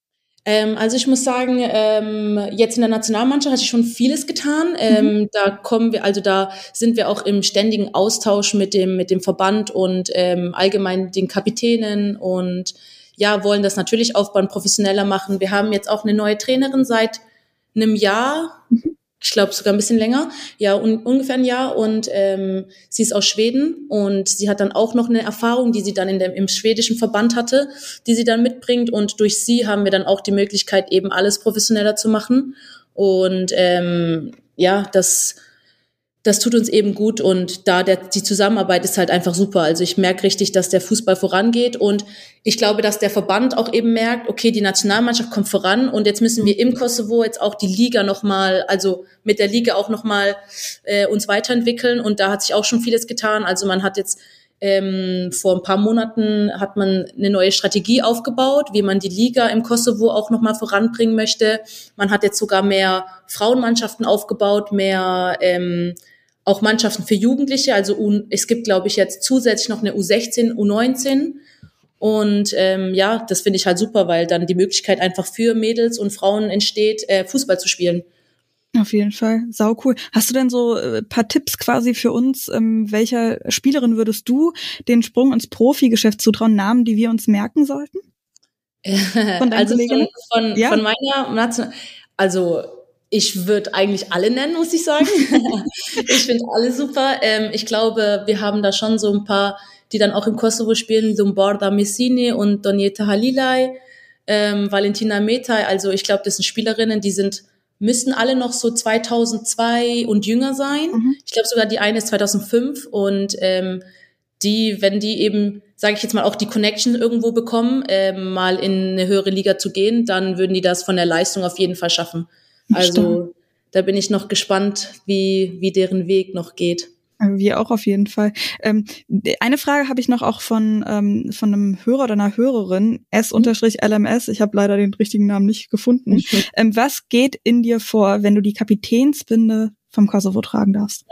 Ähm, also ich muss sagen, ähm, jetzt in der Nationalmannschaft hat sich schon vieles getan. Ähm, mhm. Da kommen wir, also da sind wir auch im ständigen Austausch mit dem mit dem Verband und ähm, allgemein den Kapitänen und ja, wollen das natürlich aufbauen, professioneller machen. Wir haben jetzt auch eine neue Trainerin seit einem Jahr. Mhm. Ich glaube sogar ein bisschen länger, ja, un- ungefähr ein Jahr und ähm, sie ist aus Schweden und sie hat dann auch noch eine Erfahrung, die sie dann in dem, im schwedischen Verband hatte, die sie dann mitbringt und durch sie haben wir dann auch die Möglichkeit, eben alles professioneller zu machen und ähm, ja, das das tut uns eben gut und da der, die Zusammenarbeit ist halt einfach super. Also ich merke richtig, dass der Fußball vorangeht und ich glaube, dass der Verband auch eben merkt, okay, die Nationalmannschaft kommt voran und jetzt müssen wir im Kosovo jetzt auch die Liga nochmal, also mit der Liga auch nochmal äh, uns weiterentwickeln und da hat sich auch schon vieles getan. Also man hat jetzt ähm, vor ein paar Monaten hat man eine neue Strategie aufgebaut, wie man die Liga im Kosovo auch nochmal voranbringen möchte. Man hat jetzt sogar mehr Frauenmannschaften aufgebaut, mehr ähm, auch Mannschaften für Jugendliche, also U- es gibt, glaube ich, jetzt zusätzlich noch eine U sechzehn, U neunzehn und ähm, ja, das finde ich halt super, weil dann die Möglichkeit einfach für Mädels und Frauen entsteht, äh, Fußball zu spielen. Auf jeden Fall, sau cool. Hast du denn so ein paar Tipps quasi für uns, ähm, welcher Spielerin würdest du den Sprung ins Profigeschäft zutrauen, Namen, die wir uns merken sollten? Von also von, von, ja? von meiner Nation, also ich würde eigentlich alle nennen, muss ich sagen. Ich finde alle super. Ähm, ich glaube, wir haben da schon so ein paar, die dann auch im Kosovo spielen, Zumborda Messini und Donjeta Halilay, ähm, Valentina Metaj. Also ich glaube, das sind Spielerinnen, die sind müssten alle noch so zweitausendzwei und jünger sein. Mhm. Ich glaube sogar die eine ist zweitausendfünf und ähm, die, wenn die eben, sage ich jetzt mal, auch die Connection irgendwo bekommen, ähm, mal in eine höhere Liga zu gehen, dann würden die das von der Leistung auf jeden Fall schaffen. Also Stimmt. Da bin ich noch gespannt, wie wie deren Weg noch geht. Wir auch auf jeden Fall. Ähm, eine Frage habe ich noch auch von ähm, von einem Hörer oder einer Hörerin, S-L M S, ich habe leider den richtigen Namen nicht gefunden. Mhm. Ähm, was geht in dir vor, wenn du die Kapitänsbinde vom Kosovo tragen darfst?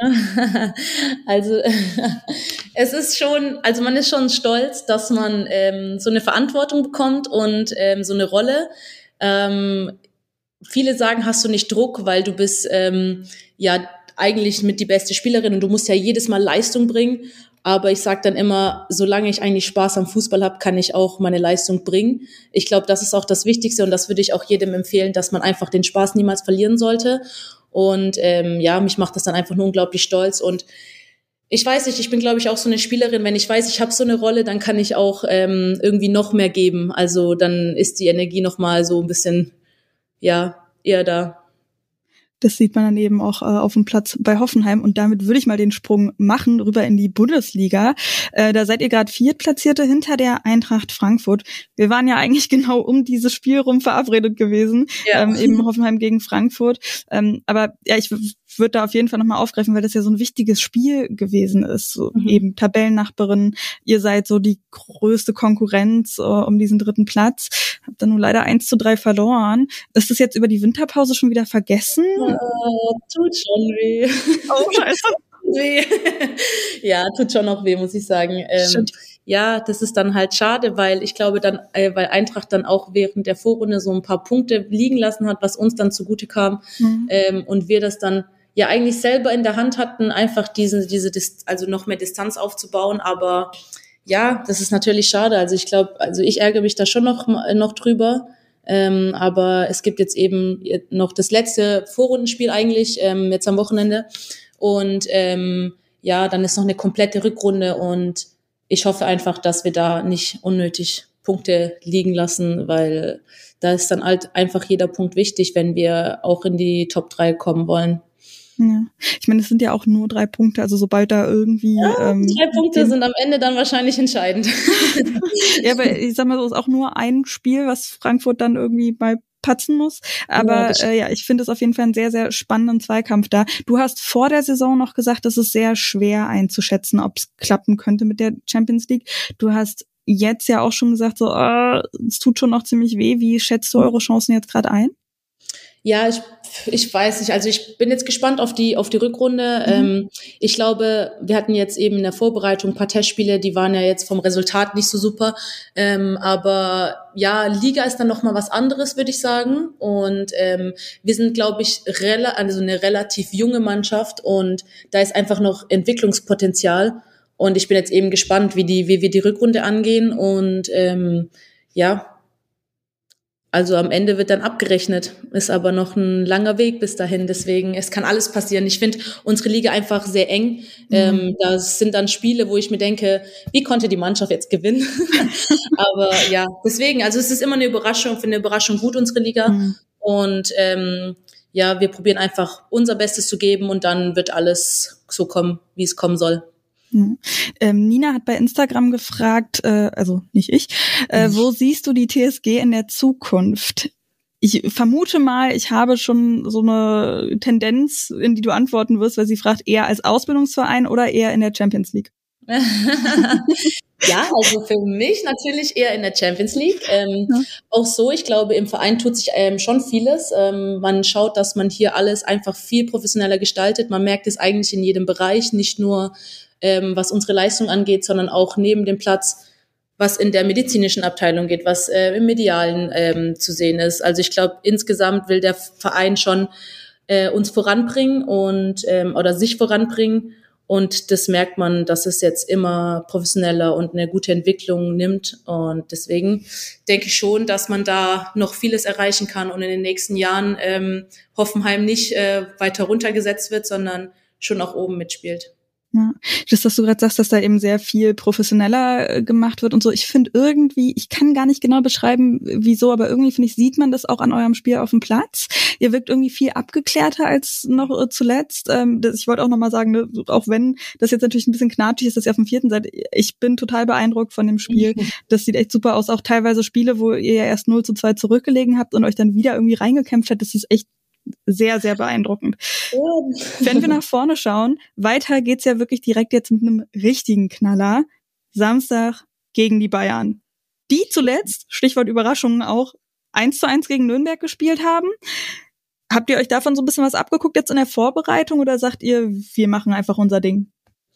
Also es ist schon, also man ist schon stolz, dass man ähm, so eine Verantwortung bekommt und ähm, so eine Rolle. Ähm, viele sagen, hast du nicht Druck, weil du bist ähm, ja eigentlich mit die beste Spielerin und du musst ja jedes Mal Leistung bringen. Aber ich sage dann immer, solange ich eigentlich Spaß am Fußball habe, kann ich auch meine Leistung bringen. Ich glaube, das ist auch das Wichtigste und das würde ich auch jedem empfehlen, dass man einfach den Spaß niemals verlieren sollte. Und ähm, ja, mich macht das dann einfach nur unglaublich stolz. Und ich weiß nicht, ich bin, glaube ich, auch so eine Spielerin, wenn ich weiß, ich habe so eine Rolle, dann kann ich auch ähm, irgendwie noch mehr geben. Also dann ist die Energie noch mal so ein bisschen, ja, eher da. Das sieht man dann eben auch äh, auf dem Platz bei Hoffenheim. Und damit würde ich mal den Sprung machen, rüber in die Bundesliga. Äh, da seid ihr gerade Viertplatzierte hinter der Eintracht Frankfurt. Wir waren ja eigentlich genau um dieses Spiel rum verabredet gewesen. Ja. Ähm, eben Hoffenheim gegen Frankfurt. Ähm, aber ja, ich w- würde da auf jeden Fall nochmal aufgreifen, weil das ja so ein wichtiges Spiel gewesen ist. So, mhm. Eben Tabellennachbarin. Ihr seid so die größte Konkurrenz äh, um diesen dritten Platz. Habt dann nur leider eins zu drei verloren. Ist das jetzt über die Winterpause schon wieder vergessen? Oh, tut schon weh. Oh, scheiße. weh. Ja, tut schon noch weh, muss ich sagen. Ähm, ja, das ist dann halt schade, weil ich glaube dann, äh, weil Eintracht dann auch während der Vorrunde so ein paar Punkte liegen lassen hat, was uns dann zugute kam. Mhm. Ähm, und wir das dann ja eigentlich selber in der Hand hatten, einfach diese, diese, also noch mehr Distanz aufzubauen. Aber ja, das ist natürlich schade. Also ich glaube, also ich ärgere mich da schon noch, noch drüber. Ähm, aber es gibt jetzt eben noch das letzte Vorrundenspiel eigentlich, ähm, jetzt am Wochenende. Und ähm, ja, dann ist noch eine komplette Rückrunde und ich hoffe einfach, dass wir da nicht unnötig Punkte liegen lassen, weil da ist dann halt einfach jeder Punkt wichtig, wenn wir auch in die Top drei kommen wollen. Ja. Ich meine, es sind ja auch nur drei Punkte, also sobald da irgendwie... Ja, ähm, drei Punkte sind am Ende dann wahrscheinlich entscheidend. Ja, aber ich sag mal so, ist auch nur ein Spiel, was Frankfurt dann irgendwie mal patzen muss. Aber ja, äh, ja ich finde es auf jeden Fall einen sehr, sehr spannenden Zweikampf da. Du hast vor der Saison noch gesagt, es ist sehr schwer einzuschätzen, ob es klappen könnte mit der Champions League. Du hast jetzt ja auch schon gesagt, so, äh, es tut schon noch ziemlich weh. Wie schätzt du eure Chancen jetzt gerade ein? Ja, ich, ich weiß nicht. Also ich bin jetzt gespannt auf die auf die Rückrunde. Mhm. Ähm, ich glaube, wir hatten jetzt eben in der Vorbereitung ein paar Testspiele, die waren ja jetzt vom Resultat nicht so super. Ähm, aber ja, Liga ist dann noch mal was anderes, würde ich sagen. Und ähm, wir sind, glaube ich, rela- also eine relativ junge Mannschaft und da ist einfach noch Entwicklungspotenzial. Und ich bin jetzt eben gespannt, wie die wie wir die Rückrunde angehen. Und ähm, ja. Also am Ende wird dann abgerechnet, ist aber noch ein langer Weg bis dahin. Deswegen, es kann alles passieren. Ich finde unsere Liga einfach sehr eng. Mhm. Ähm, das sind dann Spiele, wo ich mir denke, wie konnte die Mannschaft jetzt gewinnen? Aber ja, deswegen, also es ist immer eine Überraschung, für eine Überraschung gut, unsere Liga. Mhm. Und ähm, ja, wir probieren einfach unser Bestes zu geben und dann wird alles so kommen, wie es kommen soll. Ja. Ähm, Nina hat bei Instagram gefragt, äh, also nicht ich, äh, wo siehst du die T S G in der Zukunft? Ich vermute mal, ich habe schon so eine Tendenz, in die du antworten wirst, weil sie fragt, eher als Ausbildungsverein oder eher in der Champions League? Ja, also für mich natürlich eher in der Champions League. Ähm, ja. Auch so, ich glaube, im Verein tut sich ähm, schon vieles. Ähm, man schaut, dass man hier alles einfach viel professioneller gestaltet. Man merkt es eigentlich in jedem Bereich, nicht nur ähm, was unsere Leistung angeht, sondern auch neben dem Platz, was in der medizinischen Abteilung geht, was äh, im Medialen ähm, zu sehen ist. Also ich glaube, insgesamt will der Verein schon äh, uns voranbringen und ähm, oder sich voranbringen. Und das merkt man, dass es jetzt immer professioneller und eine gute Entwicklung nimmt. Und deswegen denke ich schon, dass man da noch vieles erreichen kann und in den nächsten Jahren ähm, Hoffenheim nicht äh, weiter runtergesetzt wird, sondern schon auch oben mitspielt. Ja, das, dass du gerade sagst, dass da eben sehr viel professioneller äh, gemacht wird und so. Ich finde irgendwie, ich kann gar nicht genau beschreiben, wieso, aber irgendwie finde ich, sieht man das auch an eurem Spiel auf dem Platz. Ihr wirkt irgendwie viel abgeklärter als noch äh, zuletzt. Ähm, das, ich wollte auch nochmal sagen, ne, auch wenn das jetzt natürlich ein bisschen knatschig ist, dass ihr auf dem vierten seid, ich bin total beeindruckt von dem Spiel. Das sieht echt super aus. Auch teilweise Spiele, wo ihr ja erst null zu zwei zurückgelegen habt und euch dann wieder irgendwie reingekämpft habt, das ist echt sehr, sehr beeindruckend. Oh. Wenn wir nach vorne schauen, weiter geht's ja wirklich direkt jetzt mit einem richtigen Knaller. Samstag gegen die Bayern. Die zuletzt, Stichwort Überraschungen auch, eins zu eins gegen Nürnberg gespielt haben. Habt ihr euch davon so ein bisschen was abgeguckt jetzt in der Vorbereitung oder sagt ihr, wir machen einfach unser Ding?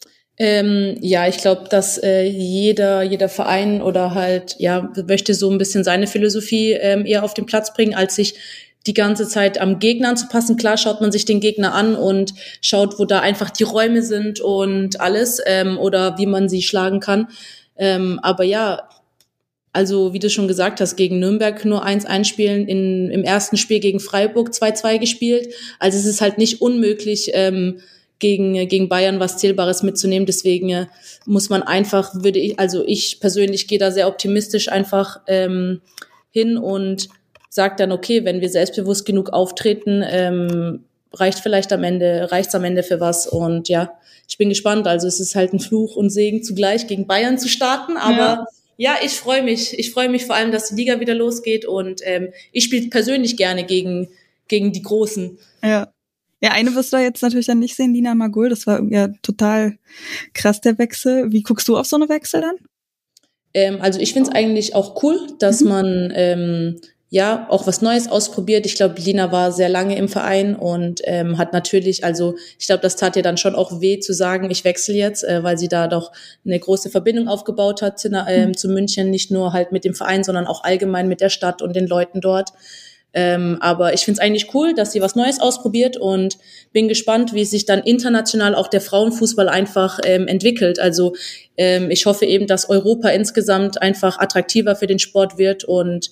Ähm, ja, ich glaube, dass äh, jeder jeder Verein oder halt, ja, möchte so ein bisschen seine Philosophie ähm, eher auf den Platz bringen, als sich die ganze Zeit am Gegner anzupassen. Klar schaut man sich den Gegner an und schaut, wo da einfach die Räume sind und alles ähm, oder wie man sie schlagen kann. Ähm, aber ja, also wie du schon gesagt hast, gegen Nürnberg nur eins eins spielen, in, im ersten Spiel gegen Freiburg zwei zwei gespielt. Also es ist halt nicht unmöglich, ähm, gegen gegen Bayern was Zählbares mitzunehmen. Deswegen äh, muss man einfach, würde ich, also ich persönlich gehe da sehr optimistisch einfach ähm, hin und sagt dann, okay, wenn wir selbstbewusst genug auftreten, ähm, reicht vielleicht am Ende, reicht's am Ende für was. Und ja, ich bin gespannt. Also es ist halt ein Fluch und Segen zugleich, gegen Bayern zu starten. Aber ja, ja ich freue mich. Ich freue mich vor allem, dass die Liga wieder losgeht. Und ähm, ich spiele persönlich gerne gegen gegen die Großen. Ja. Ja, eine wirst du da jetzt natürlich dann nicht sehen, Lina Magul. Das war ja total krass, der Wechsel. Wie guckst du auf so eine Wechsel dann? Ähm, also ich finde es eigentlich auch cool, dass mhm. man ähm, ja, auch was Neues ausprobiert. Ich glaube, Lina war sehr lange im Verein und ähm, hat natürlich, also ich glaube, das tat ihr dann schon auch weh zu sagen, ich wechsle jetzt, äh, weil sie da doch eine große Verbindung aufgebaut hat zu, ähm, mhm. zu München, nicht nur halt mit dem Verein, sondern auch allgemein mit der Stadt und den Leuten dort. Ähm, aber ich finde es eigentlich cool, dass sie was Neues ausprobiert und bin gespannt, wie sich dann international auch der Frauenfußball einfach ähm, entwickelt. Also ähm, ich hoffe eben, dass Europa insgesamt einfach attraktiver für den Sport wird und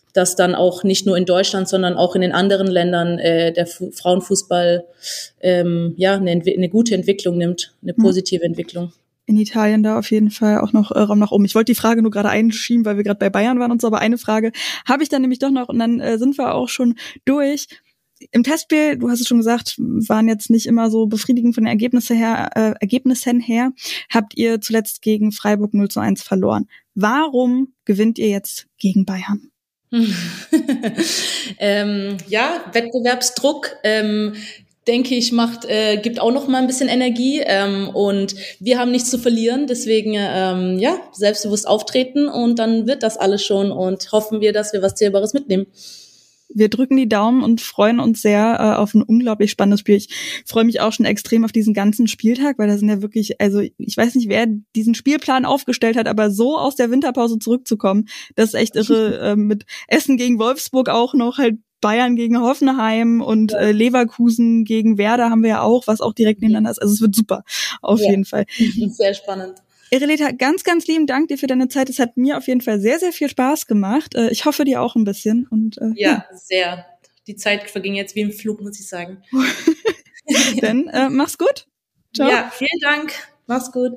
dass dann auch nicht nur in Deutschland, sondern auch in den anderen Ländern äh, der Fu- Frauenfußball ähm, ja eine, eine gute Entwicklung nimmt, eine positive ja. Entwicklung. In Italien da auf jeden Fall auch noch äh, Raum nach oben. Ich wollte die Frage nur gerade einschieben, weil wir gerade bei Bayern waren und so, aber eine Frage habe ich dann nämlich doch noch und dann äh, sind wir auch schon durch. Im Testspiel, du hast es schon gesagt, waren jetzt nicht immer so befriedigend von den Ergebnissen her, äh, Ergebnissen her, habt ihr zuletzt gegen Freiburg null zu eins verloren. Warum gewinnt ihr jetzt gegen Bayern? ähm, ja, Wettbewerbsdruck, ähm, denke ich, macht, äh, gibt auch noch mal ein bisschen Energie ähm, und wir haben nichts zu verlieren, deswegen ähm, ja, selbstbewusst auftreten und dann wird das alles schon und hoffen wir, dass wir was Zählbares mitnehmen. Wir drücken die Daumen und freuen uns sehr äh, auf ein unglaublich spannendes Spiel. Ich freue mich auch schon extrem auf diesen ganzen Spieltag, weil da sind ja wirklich, also ich weiß nicht, wer diesen Spielplan aufgestellt hat, aber so aus der Winterpause zurückzukommen, das ist echt irre. äh, mit Essen gegen Wolfsburg auch noch, halt Bayern gegen Hoffenheim und ja. äh, Leverkusen gegen Werder haben wir ja auch, was auch direkt nebeneinander ist. Also es wird super, auf ja. jeden Fall. Sehr spannend. Ireleta, ganz, ganz lieben Dank dir für deine Zeit. Es hat mir auf jeden Fall sehr, sehr viel Spaß gemacht. Ich hoffe, dir auch ein bisschen. Und, äh, ja, ja, sehr. Die Zeit verging jetzt wie im Flug, muss ich sagen. Dann äh, mach's gut. Ciao. Ja, vielen Dank. Mach's gut.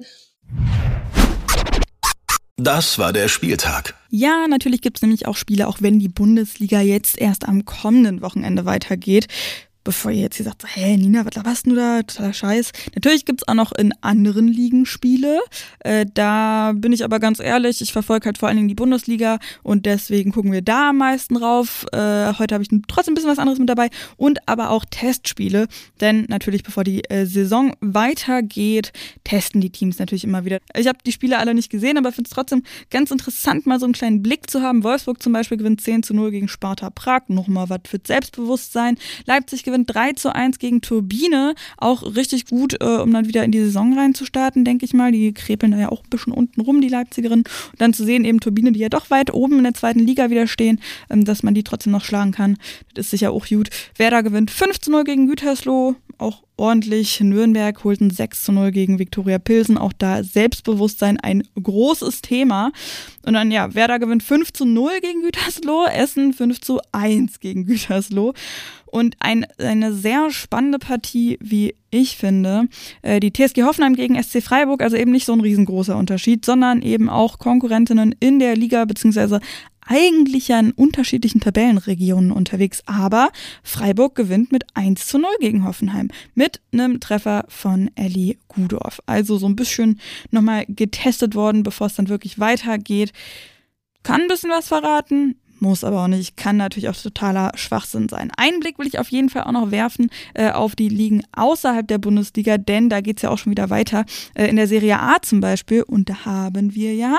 Das war der Spieltag. Ja, natürlich gibt's nämlich auch Spiele, auch wenn die Bundesliga jetzt erst am kommenden Wochenende weitergeht. Bevor ihr jetzt hier sagt, hä, Nina, was laberst du da? Totaler Scheiß. Natürlich gibt's auch noch in anderen Ligen Spiele. Äh, da bin ich aber ganz ehrlich, ich verfolge halt vor allen Dingen die Bundesliga und deswegen gucken wir da am meisten drauf. Äh, heute habe ich trotzdem ein bisschen was anderes mit dabei und aber auch Testspiele. Denn natürlich, bevor die äh, Saison weitergeht, testen die Teams natürlich immer wieder. Ich habe die Spiele alle nicht gesehen, aber finde es trotzdem ganz interessant, mal so einen kleinen Blick zu haben. Wolfsburg zum Beispiel gewinnt zehn zu null gegen Sparta Prag. Nochmal was für Selbstbewusstsein. Leipzig gewinnt drei zu eins gegen Turbine, auch richtig gut, äh, um dann wieder in die Saison reinzustarten, denke ich mal. Die krepeln da ja auch ein bisschen unten rum, die Leipzigerinnen. Und dann zu sehen, eben Turbine, die ja doch weit oben in der zweiten Liga wieder stehen, ähm, dass man die trotzdem noch schlagen kann. Das ist sicher auch gut. Werder gewinnt fünf zu null gegen Gütersloh, auch ordentlich. Nürnberg holten sechs zu null gegen Viktoria Pilsen, auch da Selbstbewusstsein ein großes Thema. Und dann, ja, Werder gewinnt fünf zu null gegen Gütersloh, Essen fünf zu eins gegen Gütersloh. Und ein, eine sehr spannende Partie, wie ich finde, äh, die T S G Hoffenheim gegen S C Freiburg, also eben nicht so ein riesengroßer Unterschied, sondern eben auch Konkurrentinnen in der Liga, beziehungsweise eigentlich ja in unterschiedlichen Tabellenregionen unterwegs, aber Freiburg gewinnt mit eins zu null gegen Hoffenheim mit einem Treffer von Ellie Gudorf. Also so ein bisschen nochmal getestet worden, bevor es dann wirklich weitergeht. Kann ein bisschen was verraten, muss aber auch nicht, kann natürlich auch totaler Schwachsinn sein. Einen Blick will ich auf jeden Fall auch noch werfen äh, auf die Ligen außerhalb der Bundesliga, denn da geht's ja auch schon wieder weiter. Äh, in der Serie A zum Beispiel, und da haben wir ja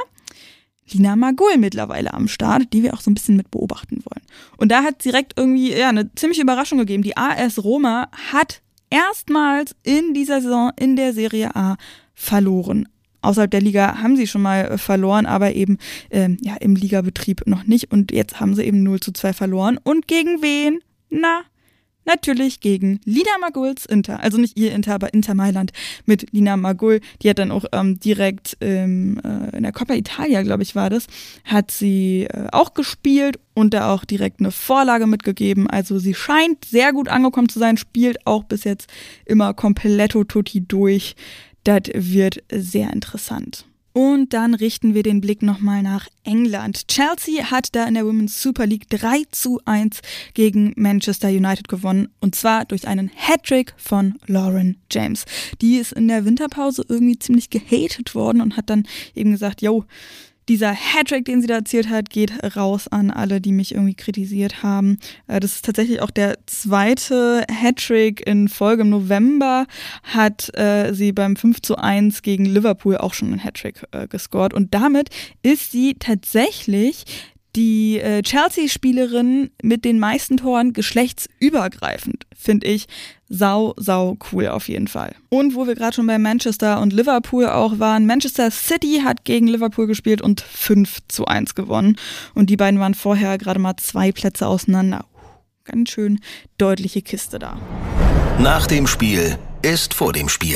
Lina Magull mittlerweile am Start, die wir auch so ein bisschen mit beobachten wollen. Und da hat direkt irgendwie ja eine ziemliche Überraschung gegeben. Die A S Roma hat erstmals in dieser Saison in der Serie A verloren. Außerhalb der Liga haben sie schon mal verloren, aber eben ähm, ja im Ligabetrieb noch nicht. Und jetzt haben sie eben null zu zwei verloren. Und gegen wen? Na, natürlich gegen Lina Magulls Inter. Also nicht ihr Inter, aber Inter Mailand mit Lina Magull. Die hat dann auch ähm, direkt ähm, äh, in der Coppa Italia, glaube ich, war das, hat sie äh, auch gespielt und da auch direkt eine Vorlage mitgegeben. Also sie scheint sehr gut angekommen zu sein, spielt auch bis jetzt immer completo tutti durch. Das wird sehr interessant. Und dann richten wir den Blick nochmal nach England. Chelsea hat da in der Women's Super League drei zu eins gegen Manchester United gewonnen. Und zwar durch einen Hattrick von Lauren James. Die ist in der Winterpause irgendwie ziemlich gehatet worden und hat dann eben gesagt, yo, dieser Hattrick, den sie da erzielt hat, geht raus an alle, die mich irgendwie kritisiert haben. Das ist tatsächlich auch der zweite Hattrick in Folge. Im November hat äh, sie beim fünf zu eins gegen Liverpool auch schon einen Hattrick äh, gescored. Und damit ist sie tatsächlich die äh, Chelsea-Spielerin mit den meisten Toren geschlechtsübergreifend, finde ich. Sau, sau cool auf jeden Fall. Und wo wir gerade schon bei Manchester und Liverpool auch waren, Manchester City hat gegen Liverpool gespielt und fünf zu eins gewonnen. Und die beiden waren vorher gerade mal zwei Plätze auseinander. Ganz schön deutliche Kiste da. Nach dem Spiel ist vor dem Spiel.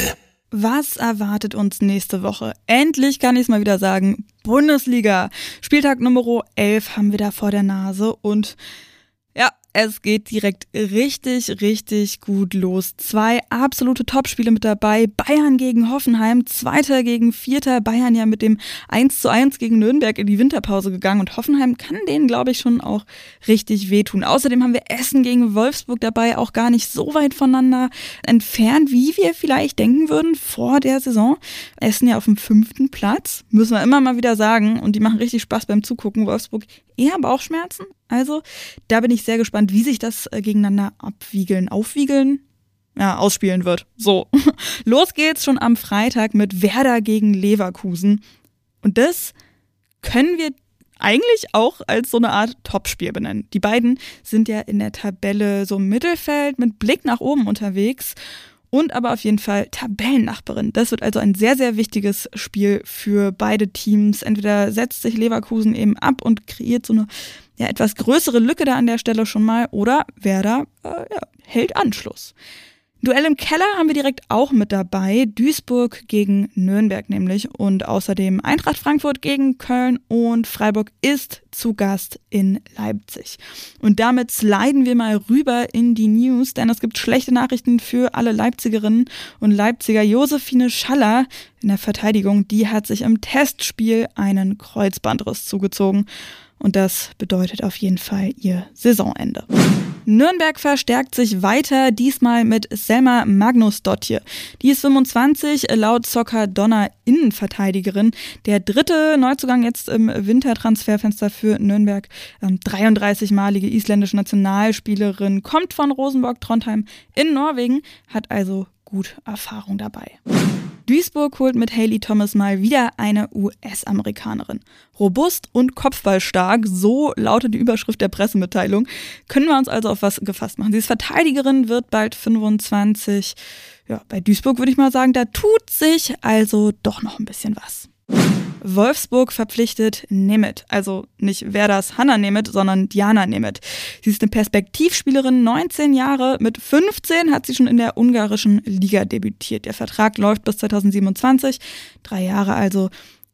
Was erwartet uns nächste Woche? Endlich kann ich es mal wieder sagen. Bundesliga. Spieltag Nummer elf haben wir da vor der Nase und ja, es geht direkt richtig, richtig gut los. Zwei absolute Topspiele mit dabei. Bayern gegen Hoffenheim, Zweiter gegen Vierter. Bayern ja mit dem eins zu eins gegen Nürnberg in die Winterpause gegangen und Hoffenheim kann denen, glaube ich, schon auch richtig wehtun. Außerdem haben wir Essen gegen Wolfsburg dabei, auch gar nicht so weit voneinander entfernt, wie wir vielleicht denken würden vor der Saison. Essen ja auf dem fünften Platz, müssen wir immer mal wieder sagen und die machen richtig Spaß beim Zugucken. Wolfsburg eher Bauchschmerzen. Also, da bin ich sehr gespannt, wie sich das äh, gegeneinander abwiegeln, aufwiegeln, ja, ausspielen wird. So, los geht's schon am Freitag mit Werder gegen Leverkusen. Und das können wir eigentlich auch als so eine Art Topspiel benennen. Die beiden sind ja in der Tabelle so im Mittelfeld mit Blick nach oben unterwegs. Und aber auf jeden Fall Tabellennachbarin. Das wird also ein sehr, sehr wichtiges Spiel für beide Teams. Entweder setzt sich Leverkusen eben ab und kreiert so eine ja, etwas größere Lücke da an der Stelle schon mal. Oder Werder äh, ja, hält Anschluss. Duell im Keller haben wir direkt auch mit dabei. Duisburg gegen Nürnberg nämlich und außerdem Eintracht Frankfurt gegen Köln und Freiburg ist zu Gast in Leipzig. Und damit sliden wir mal rüber in die News, denn es gibt schlechte Nachrichten für alle Leipzigerinnen und Leipziger. Josephine Schaller in der Verteidigung, die hat sich im Testspiel einen Kreuzbandriss zugezogen und das bedeutet auf jeden Fall ihr Saisonende. Nürnberg verstärkt sich weiter, diesmal mit Selma Magnusdottir. Die ist fünfundzwanzig, laut Soccer Donna Innenverteidigerin. Der dritte Neuzugang jetzt im Wintertransferfenster für Nürnberg. Ähm, dreiunddreißigmalige isländische Nationalspielerin, kommt von Rosenborg-Trondheim in Norwegen, hat also gut Erfahrung dabei. Duisburg holt mit Hayley Thomas mal wieder eine U S-Amerikanerin. Robust und kopfballstark, so lautet die Überschrift der Pressemitteilung. Können wir uns also auf was gefasst machen. Sie ist Verteidigerin, wird bald fünfundzwanzig. Ja, bei Duisburg würde ich mal sagen, da tut sich also doch noch ein bisschen was. Wolfsburg verpflichtet Nemeth, also nicht Werders Hanna Nemeth, sondern Diana Nemeth. Sie ist eine Perspektivspielerin, neunzehn Jahre, mit fünfzehn hat sie schon in der ungarischen Liga debütiert. Der Vertrag läuft bis zweitausendsiebenundzwanzig, drei Jahre also,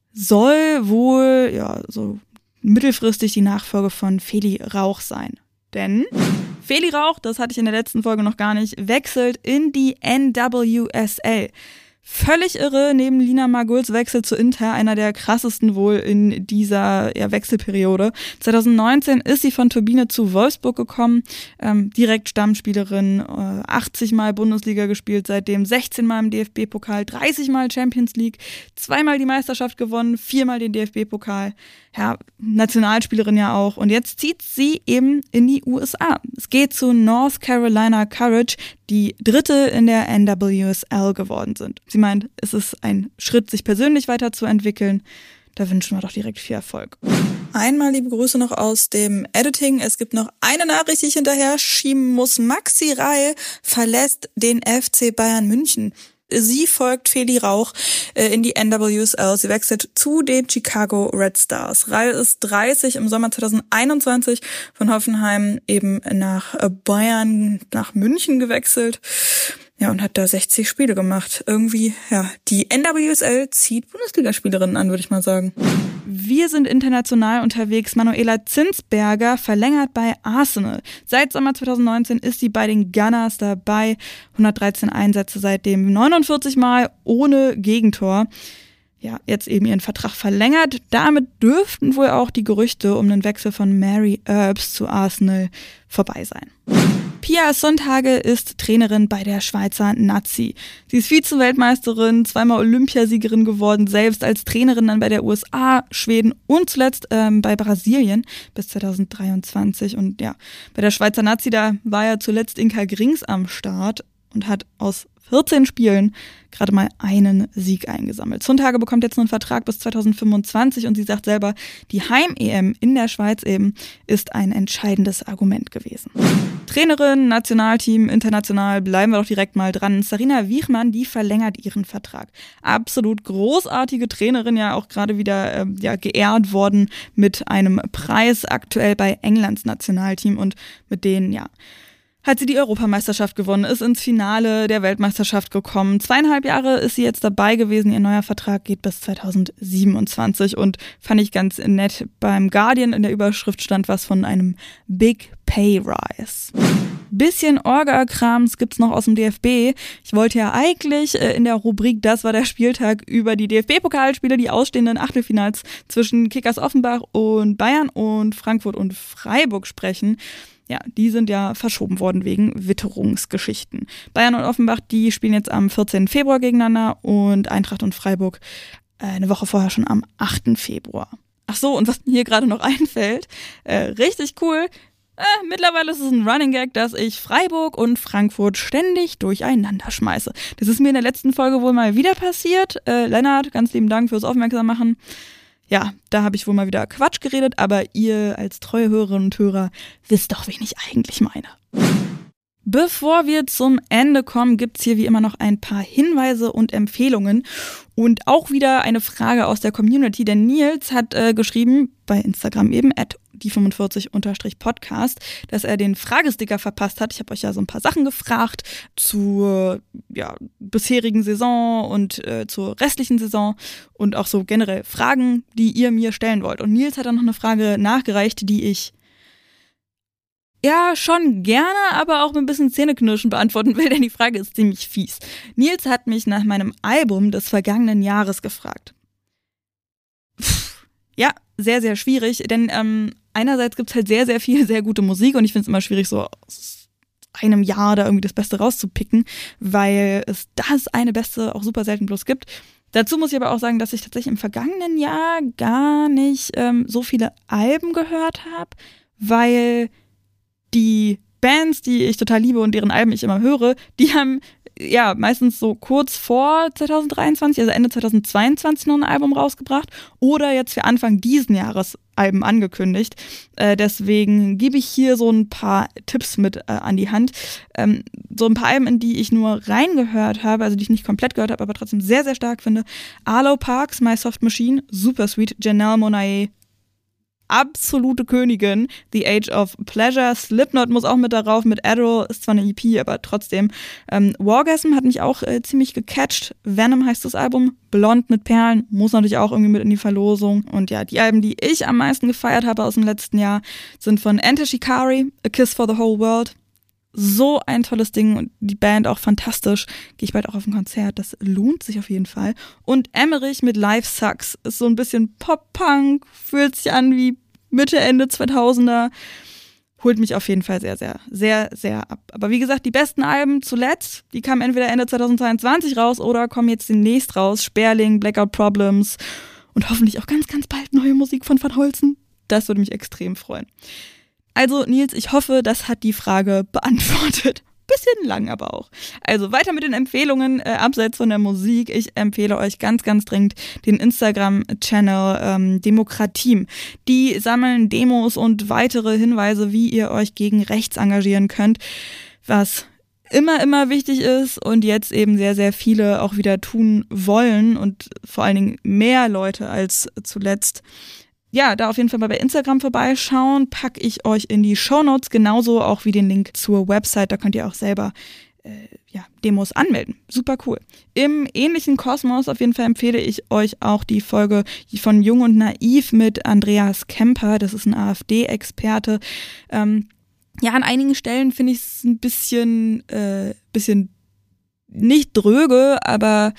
soll wohl ja so mittelfristig die Nachfolge von Feli Rauch sein. Denn Feli Rauch, das hatte ich in der letzten Folge noch gar nicht, wechselt in die N W S L. Völlig irre, neben Lina Marguls Wechsel zu Inter, einer der krassesten wohl in dieser ja, Wechselperiode. zweitausendneunzehn ist sie von Turbine zu Wolfsburg gekommen, ähm, direkt Stammspielerin, äh, achtzig Mal Bundesliga gespielt, seitdem sechzehn Mal im D F B-Pokal, dreißig Mal Champions League, zweimal die Meisterschaft gewonnen, viermal den D F B-Pokal, ja, Nationalspielerin ja auch. Und jetzt zieht sie eben in die U S A. Es geht zu North Carolina Courage, die dritte in der N W S L geworden sind. Sie meint, es ist ein Schritt, sich persönlich weiterzuentwickeln. Da wünschen wir doch direkt viel Erfolg. Einmal liebe Grüße noch aus dem Editing. Es gibt noch eine Nachricht, die ich hinterher schieben muss. Maxi Rey verlässt den F C Bayern München. Sie folgt Feli Rauch äh, in die N W S L. Sie wechselt zu den Chicago Red Stars. Rey ist dreißig, im Sommer zweitausendeinundzwanzig von Hoffenheim eben nach Bayern, nach München gewechselt. Ja, und hat da sechzig Spiele gemacht. Irgendwie, ja, die N W S L zieht Bundesligaspielerinnen an, würde ich mal sagen. Wir sind international unterwegs. Manuela Zinsberger verlängert bei Arsenal. Seit Sommer zweitausendneunzehn ist sie bei den Gunners dabei. hundertdreizehn Einsätze seitdem, neunundvierzig Mal ohne Gegentor. Ja, jetzt eben ihren Vertrag verlängert. Damit dürften wohl auch die Gerüchte um den Wechsel von Mary Earps zu Arsenal vorbei sein. Pia Sundhage ist Trainerin bei der Schweizer Nazi. Sie ist Vize-Weltmeisterin, zweimal Olympiasiegerin geworden, selbst als Trainerin dann bei der U S A, Schweden und zuletzt ähm, bei Brasilien bis zweitausenddreiundzwanzig. Und ja, bei der Schweizer Nazi, da war ja zuletzt Inka Grings am Start und hat aus vierzehn Spielen gerade mal einen Sieg eingesammelt. Sundhage bekommt jetzt einen Vertrag bis zweitausendfünfundzwanzig und sie sagt selber, die Heim-E M in der Schweiz eben ist ein entscheidendes Argument gewesen. Trainerin, Nationalteam, international, bleiben wir doch direkt mal dran. Sarina Wiechmann, die verlängert ihren Vertrag. Absolut großartige Trainerin, ja auch gerade wieder äh, ja, geehrt worden mit einem Preis aktuell bei Englands Nationalteam und mit denen, ja, hat sie die Europameisterschaft gewonnen, ist ins Finale der Weltmeisterschaft gekommen. Zweieinhalb Jahre ist sie jetzt dabei gewesen. Ihr neuer Vertrag geht bis zweitausendsiebenundzwanzig und fand ich ganz nett. Beim Guardian in der Überschrift stand was von einem Big Pay Rise. Bisschen Orga-Krams gibt's noch aus dem D F B. Ich wollte ja eigentlich äh, in der Rubrik "Das war der Spieltag" über die D F B-Pokalspiele, die ausstehenden Achtelfinals zwischen Kickers Offenbach und Bayern und Frankfurt und Freiburg sprechen. Ja, die sind ja verschoben worden wegen Witterungsgeschichten. Bayern und Offenbach, die spielen jetzt am vierzehnten Februar gegeneinander und Eintracht und Freiburg äh, eine Woche vorher schon am achten Februar. Ach so, und was mir hier gerade noch einfällt, äh, richtig cool, äh, mittlerweile ist es ein Running Gag, dass ich Freiburg und Frankfurt ständig durcheinander schmeiße. Das ist mir in der letzten Folge wohl mal wieder passiert. Äh, Lennart, ganz lieben Dank fürs Aufmerksammachen. Ja, da habe ich wohl mal wieder Quatsch geredet, aber ihr als treue Hörerinnen und Hörer wisst doch, wen ich eigentlich meine. Bevor wir zum Ende kommen, gibt's hier wie immer noch ein paar Hinweise und Empfehlungen und auch wieder eine Frage aus der Community, denn Nils hat äh, geschrieben, bei Instagram eben, at die fünfundvierzig Podcast, dass er den Fragesticker verpasst hat. Ich habe euch ja so ein paar Sachen gefragt zur ja, bisherigen Saison und äh, zur restlichen Saison und auch so generell Fragen, die ihr mir stellen wollt. Und Nils hat dann noch eine Frage nachgereicht, die ich ja schon gerne, aber auch mit ein bisschen Zähneknirschen beantworten will, denn die Frage ist ziemlich fies. Nils hat mich nach meinem Album des vergangenen Jahres gefragt. Pff, ja, sehr, sehr schwierig, denn ähm, einerseits gibt's halt sehr, sehr viel, sehr gute Musik und ich finde es immer schwierig, so aus einem Jahr da irgendwie das Beste rauszupicken, weil es das eine Beste auch super selten bloß gibt. Dazu muss ich aber auch sagen, dass ich tatsächlich im vergangenen Jahr gar nicht ähm, so viele Alben gehört habe, weil die Bands, die ich total liebe und deren Alben ich immer höre, die haben ja meistens so kurz vor zwanzig dreiundzwanzig, also Ende zwanzig zweiundzwanzig noch ein Album rausgebracht oder jetzt für Anfang diesen Jahres Alben angekündigt. Äh, deswegen gebe ich hier so ein paar Tipps mit äh, an die Hand. Ähm, so ein paar Alben, in die ich nur reingehört habe, also die ich nicht komplett gehört habe, aber trotzdem sehr, sehr stark finde. Arlo Parks, My Soft Machine, super sweet. Janelle Monáe, absolute Königin, The Age of Pleasure. Slipknot muss auch mit darauf, mit Adderall, ist zwar eine E P, aber trotzdem. Ähm, Wargasm hat mich auch äh, ziemlich gecatcht. Venom heißt das Album. Blond mit Perlen muss natürlich auch irgendwie mit in die Verlosung. Und ja, die Alben, die ich am meisten gefeiert habe aus dem letzten Jahr, sind von Enter Shikari, A Kiss for the Whole World. So ein tolles Ding und die Band auch fantastisch. Gehe ich bald auch auf ein Konzert, das lohnt sich auf jeden Fall. Und Emmerich mit Life Sucks ist so ein bisschen Pop-Punk, fühlt sich an wie Mitte, Ende zweitausender. Holt mich auf jeden Fall sehr, sehr, sehr, sehr ab. Aber wie gesagt, die besten Alben zuletzt, die kamen entweder Ende zweitausendzweiundzwanzig raus oder kommen jetzt demnächst raus. Sperling, Blackout Problems und hoffentlich auch ganz, ganz bald neue Musik von Van Holzen. Das würde mich extrem freuen. Also Nils, ich hoffe, das hat die Frage beantwortet. Bisschen lang aber auch. Also weiter mit den Empfehlungen, äh, abseits von der Musik. Ich empfehle euch ganz, ganz dringend den Instagram-Channel ähm, Demokratiem. Die sammeln Demos und weitere Hinweise, wie ihr euch gegen rechts engagieren könnt, was immer, immer wichtig ist und jetzt eben sehr, sehr viele auch wieder tun wollen und vor allen Dingen mehr Leute als zuletzt. Ja, da auf jeden Fall mal bei Instagram vorbeischauen, packe ich euch in die Shownotes, genauso auch wie den Link zur Website, da könnt ihr auch selber äh, ja, Demos anmelden. Super cool. Im ähnlichen Kosmos auf jeden Fall empfehle ich euch auch die Folge von Jung und Naiv mit Andreas Kemper, das ist ein AfD-Experte. Ähm, ja, an einigen Stellen finde ich es ein bisschen, äh, bisschen nicht dröge, aber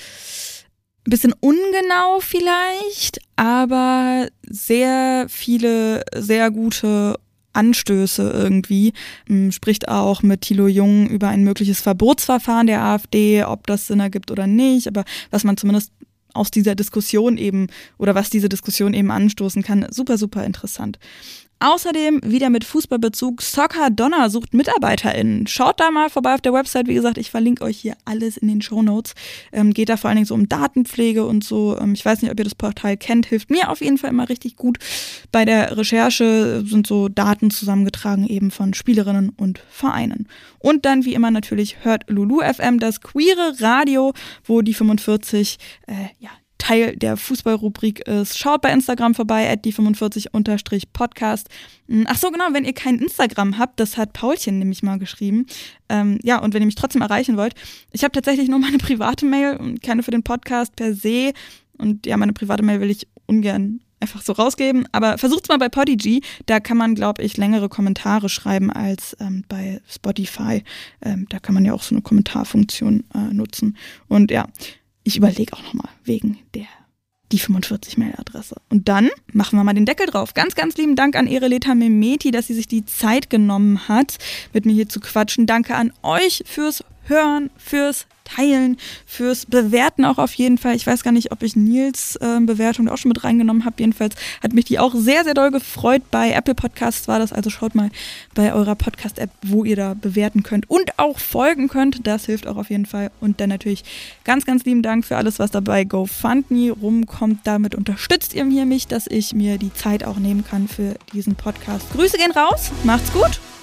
ein bisschen ungenau vielleicht, aber sehr viele, sehr gute Anstöße irgendwie. Spricht auch mit Thilo Jung über ein mögliches Verbotsverfahren der AfD, ob das Sinn ergibt oder nicht, aber was man zumindest aus dieser Diskussion eben oder was diese Diskussion eben anstoßen kann, super, super interessant. Außerdem wieder mit Fußballbezug, Soccer Donner sucht MitarbeiterInnen. Schaut da mal vorbei auf der Website. Wie gesagt, ich verlinke euch hier alles in den Shownotes. Ähm, geht da vor allen Dingen so um Datenpflege und so. Ähm, ich weiß nicht, ob ihr das Portal kennt. Hilft mir auf jeden Fall immer richtig gut. Bei der Recherche sind so Daten zusammengetragen eben von Spielerinnen und Vereinen. Und dann wie immer natürlich hört Lulu F M, das queere Radio, wo die fünfundvierzig äh, ja, Teil der Fußballrubrik ist. Schaut bei Instagram vorbei, at die fünfundvierzig Podcast. Ach so, genau, wenn ihr kein Instagram habt, das hat Paulchen nämlich mal geschrieben. Ähm, ja, und wenn ihr mich trotzdem erreichen wollt, ich habe tatsächlich nur meine private Mail und keine für den Podcast per se. Und ja, meine private Mail will ich ungern einfach so rausgeben, aber versucht's mal bei Podigy, da kann man, glaube ich, längere Kommentare schreiben als ähm, bei Spotify. Ähm, da kann man ja auch so eine Kommentarfunktion äh, nutzen. Und ja, ich überlege auch nochmal wegen der die fünfundvierzig Mailadresse. Und dann machen wir mal den Deckel drauf. Ganz, ganz lieben Dank an Ereleta Mehmeti, dass sie sich die Zeit genommen hat, mit mir hier zu quatschen. Danke an euch fürs Hören, fürs Teilen, fürs Bewerten auch auf jeden Fall. Ich weiß gar nicht, ob ich Nils äh, Bewertung auch schon mit reingenommen habe. Jedenfalls hat mich die auch sehr, sehr doll gefreut. Bei Apple Podcasts war das, also schaut mal bei eurer Podcast-App, wo ihr da bewerten könnt und auch folgen könnt. Das hilft auch auf jeden Fall. Und dann natürlich ganz, ganz lieben Dank für alles, was dabei GoFundMe rumkommt. Damit unterstützt ihr mir mich, dass ich mir die Zeit auch nehmen kann für diesen Podcast. Grüße gehen raus, macht's gut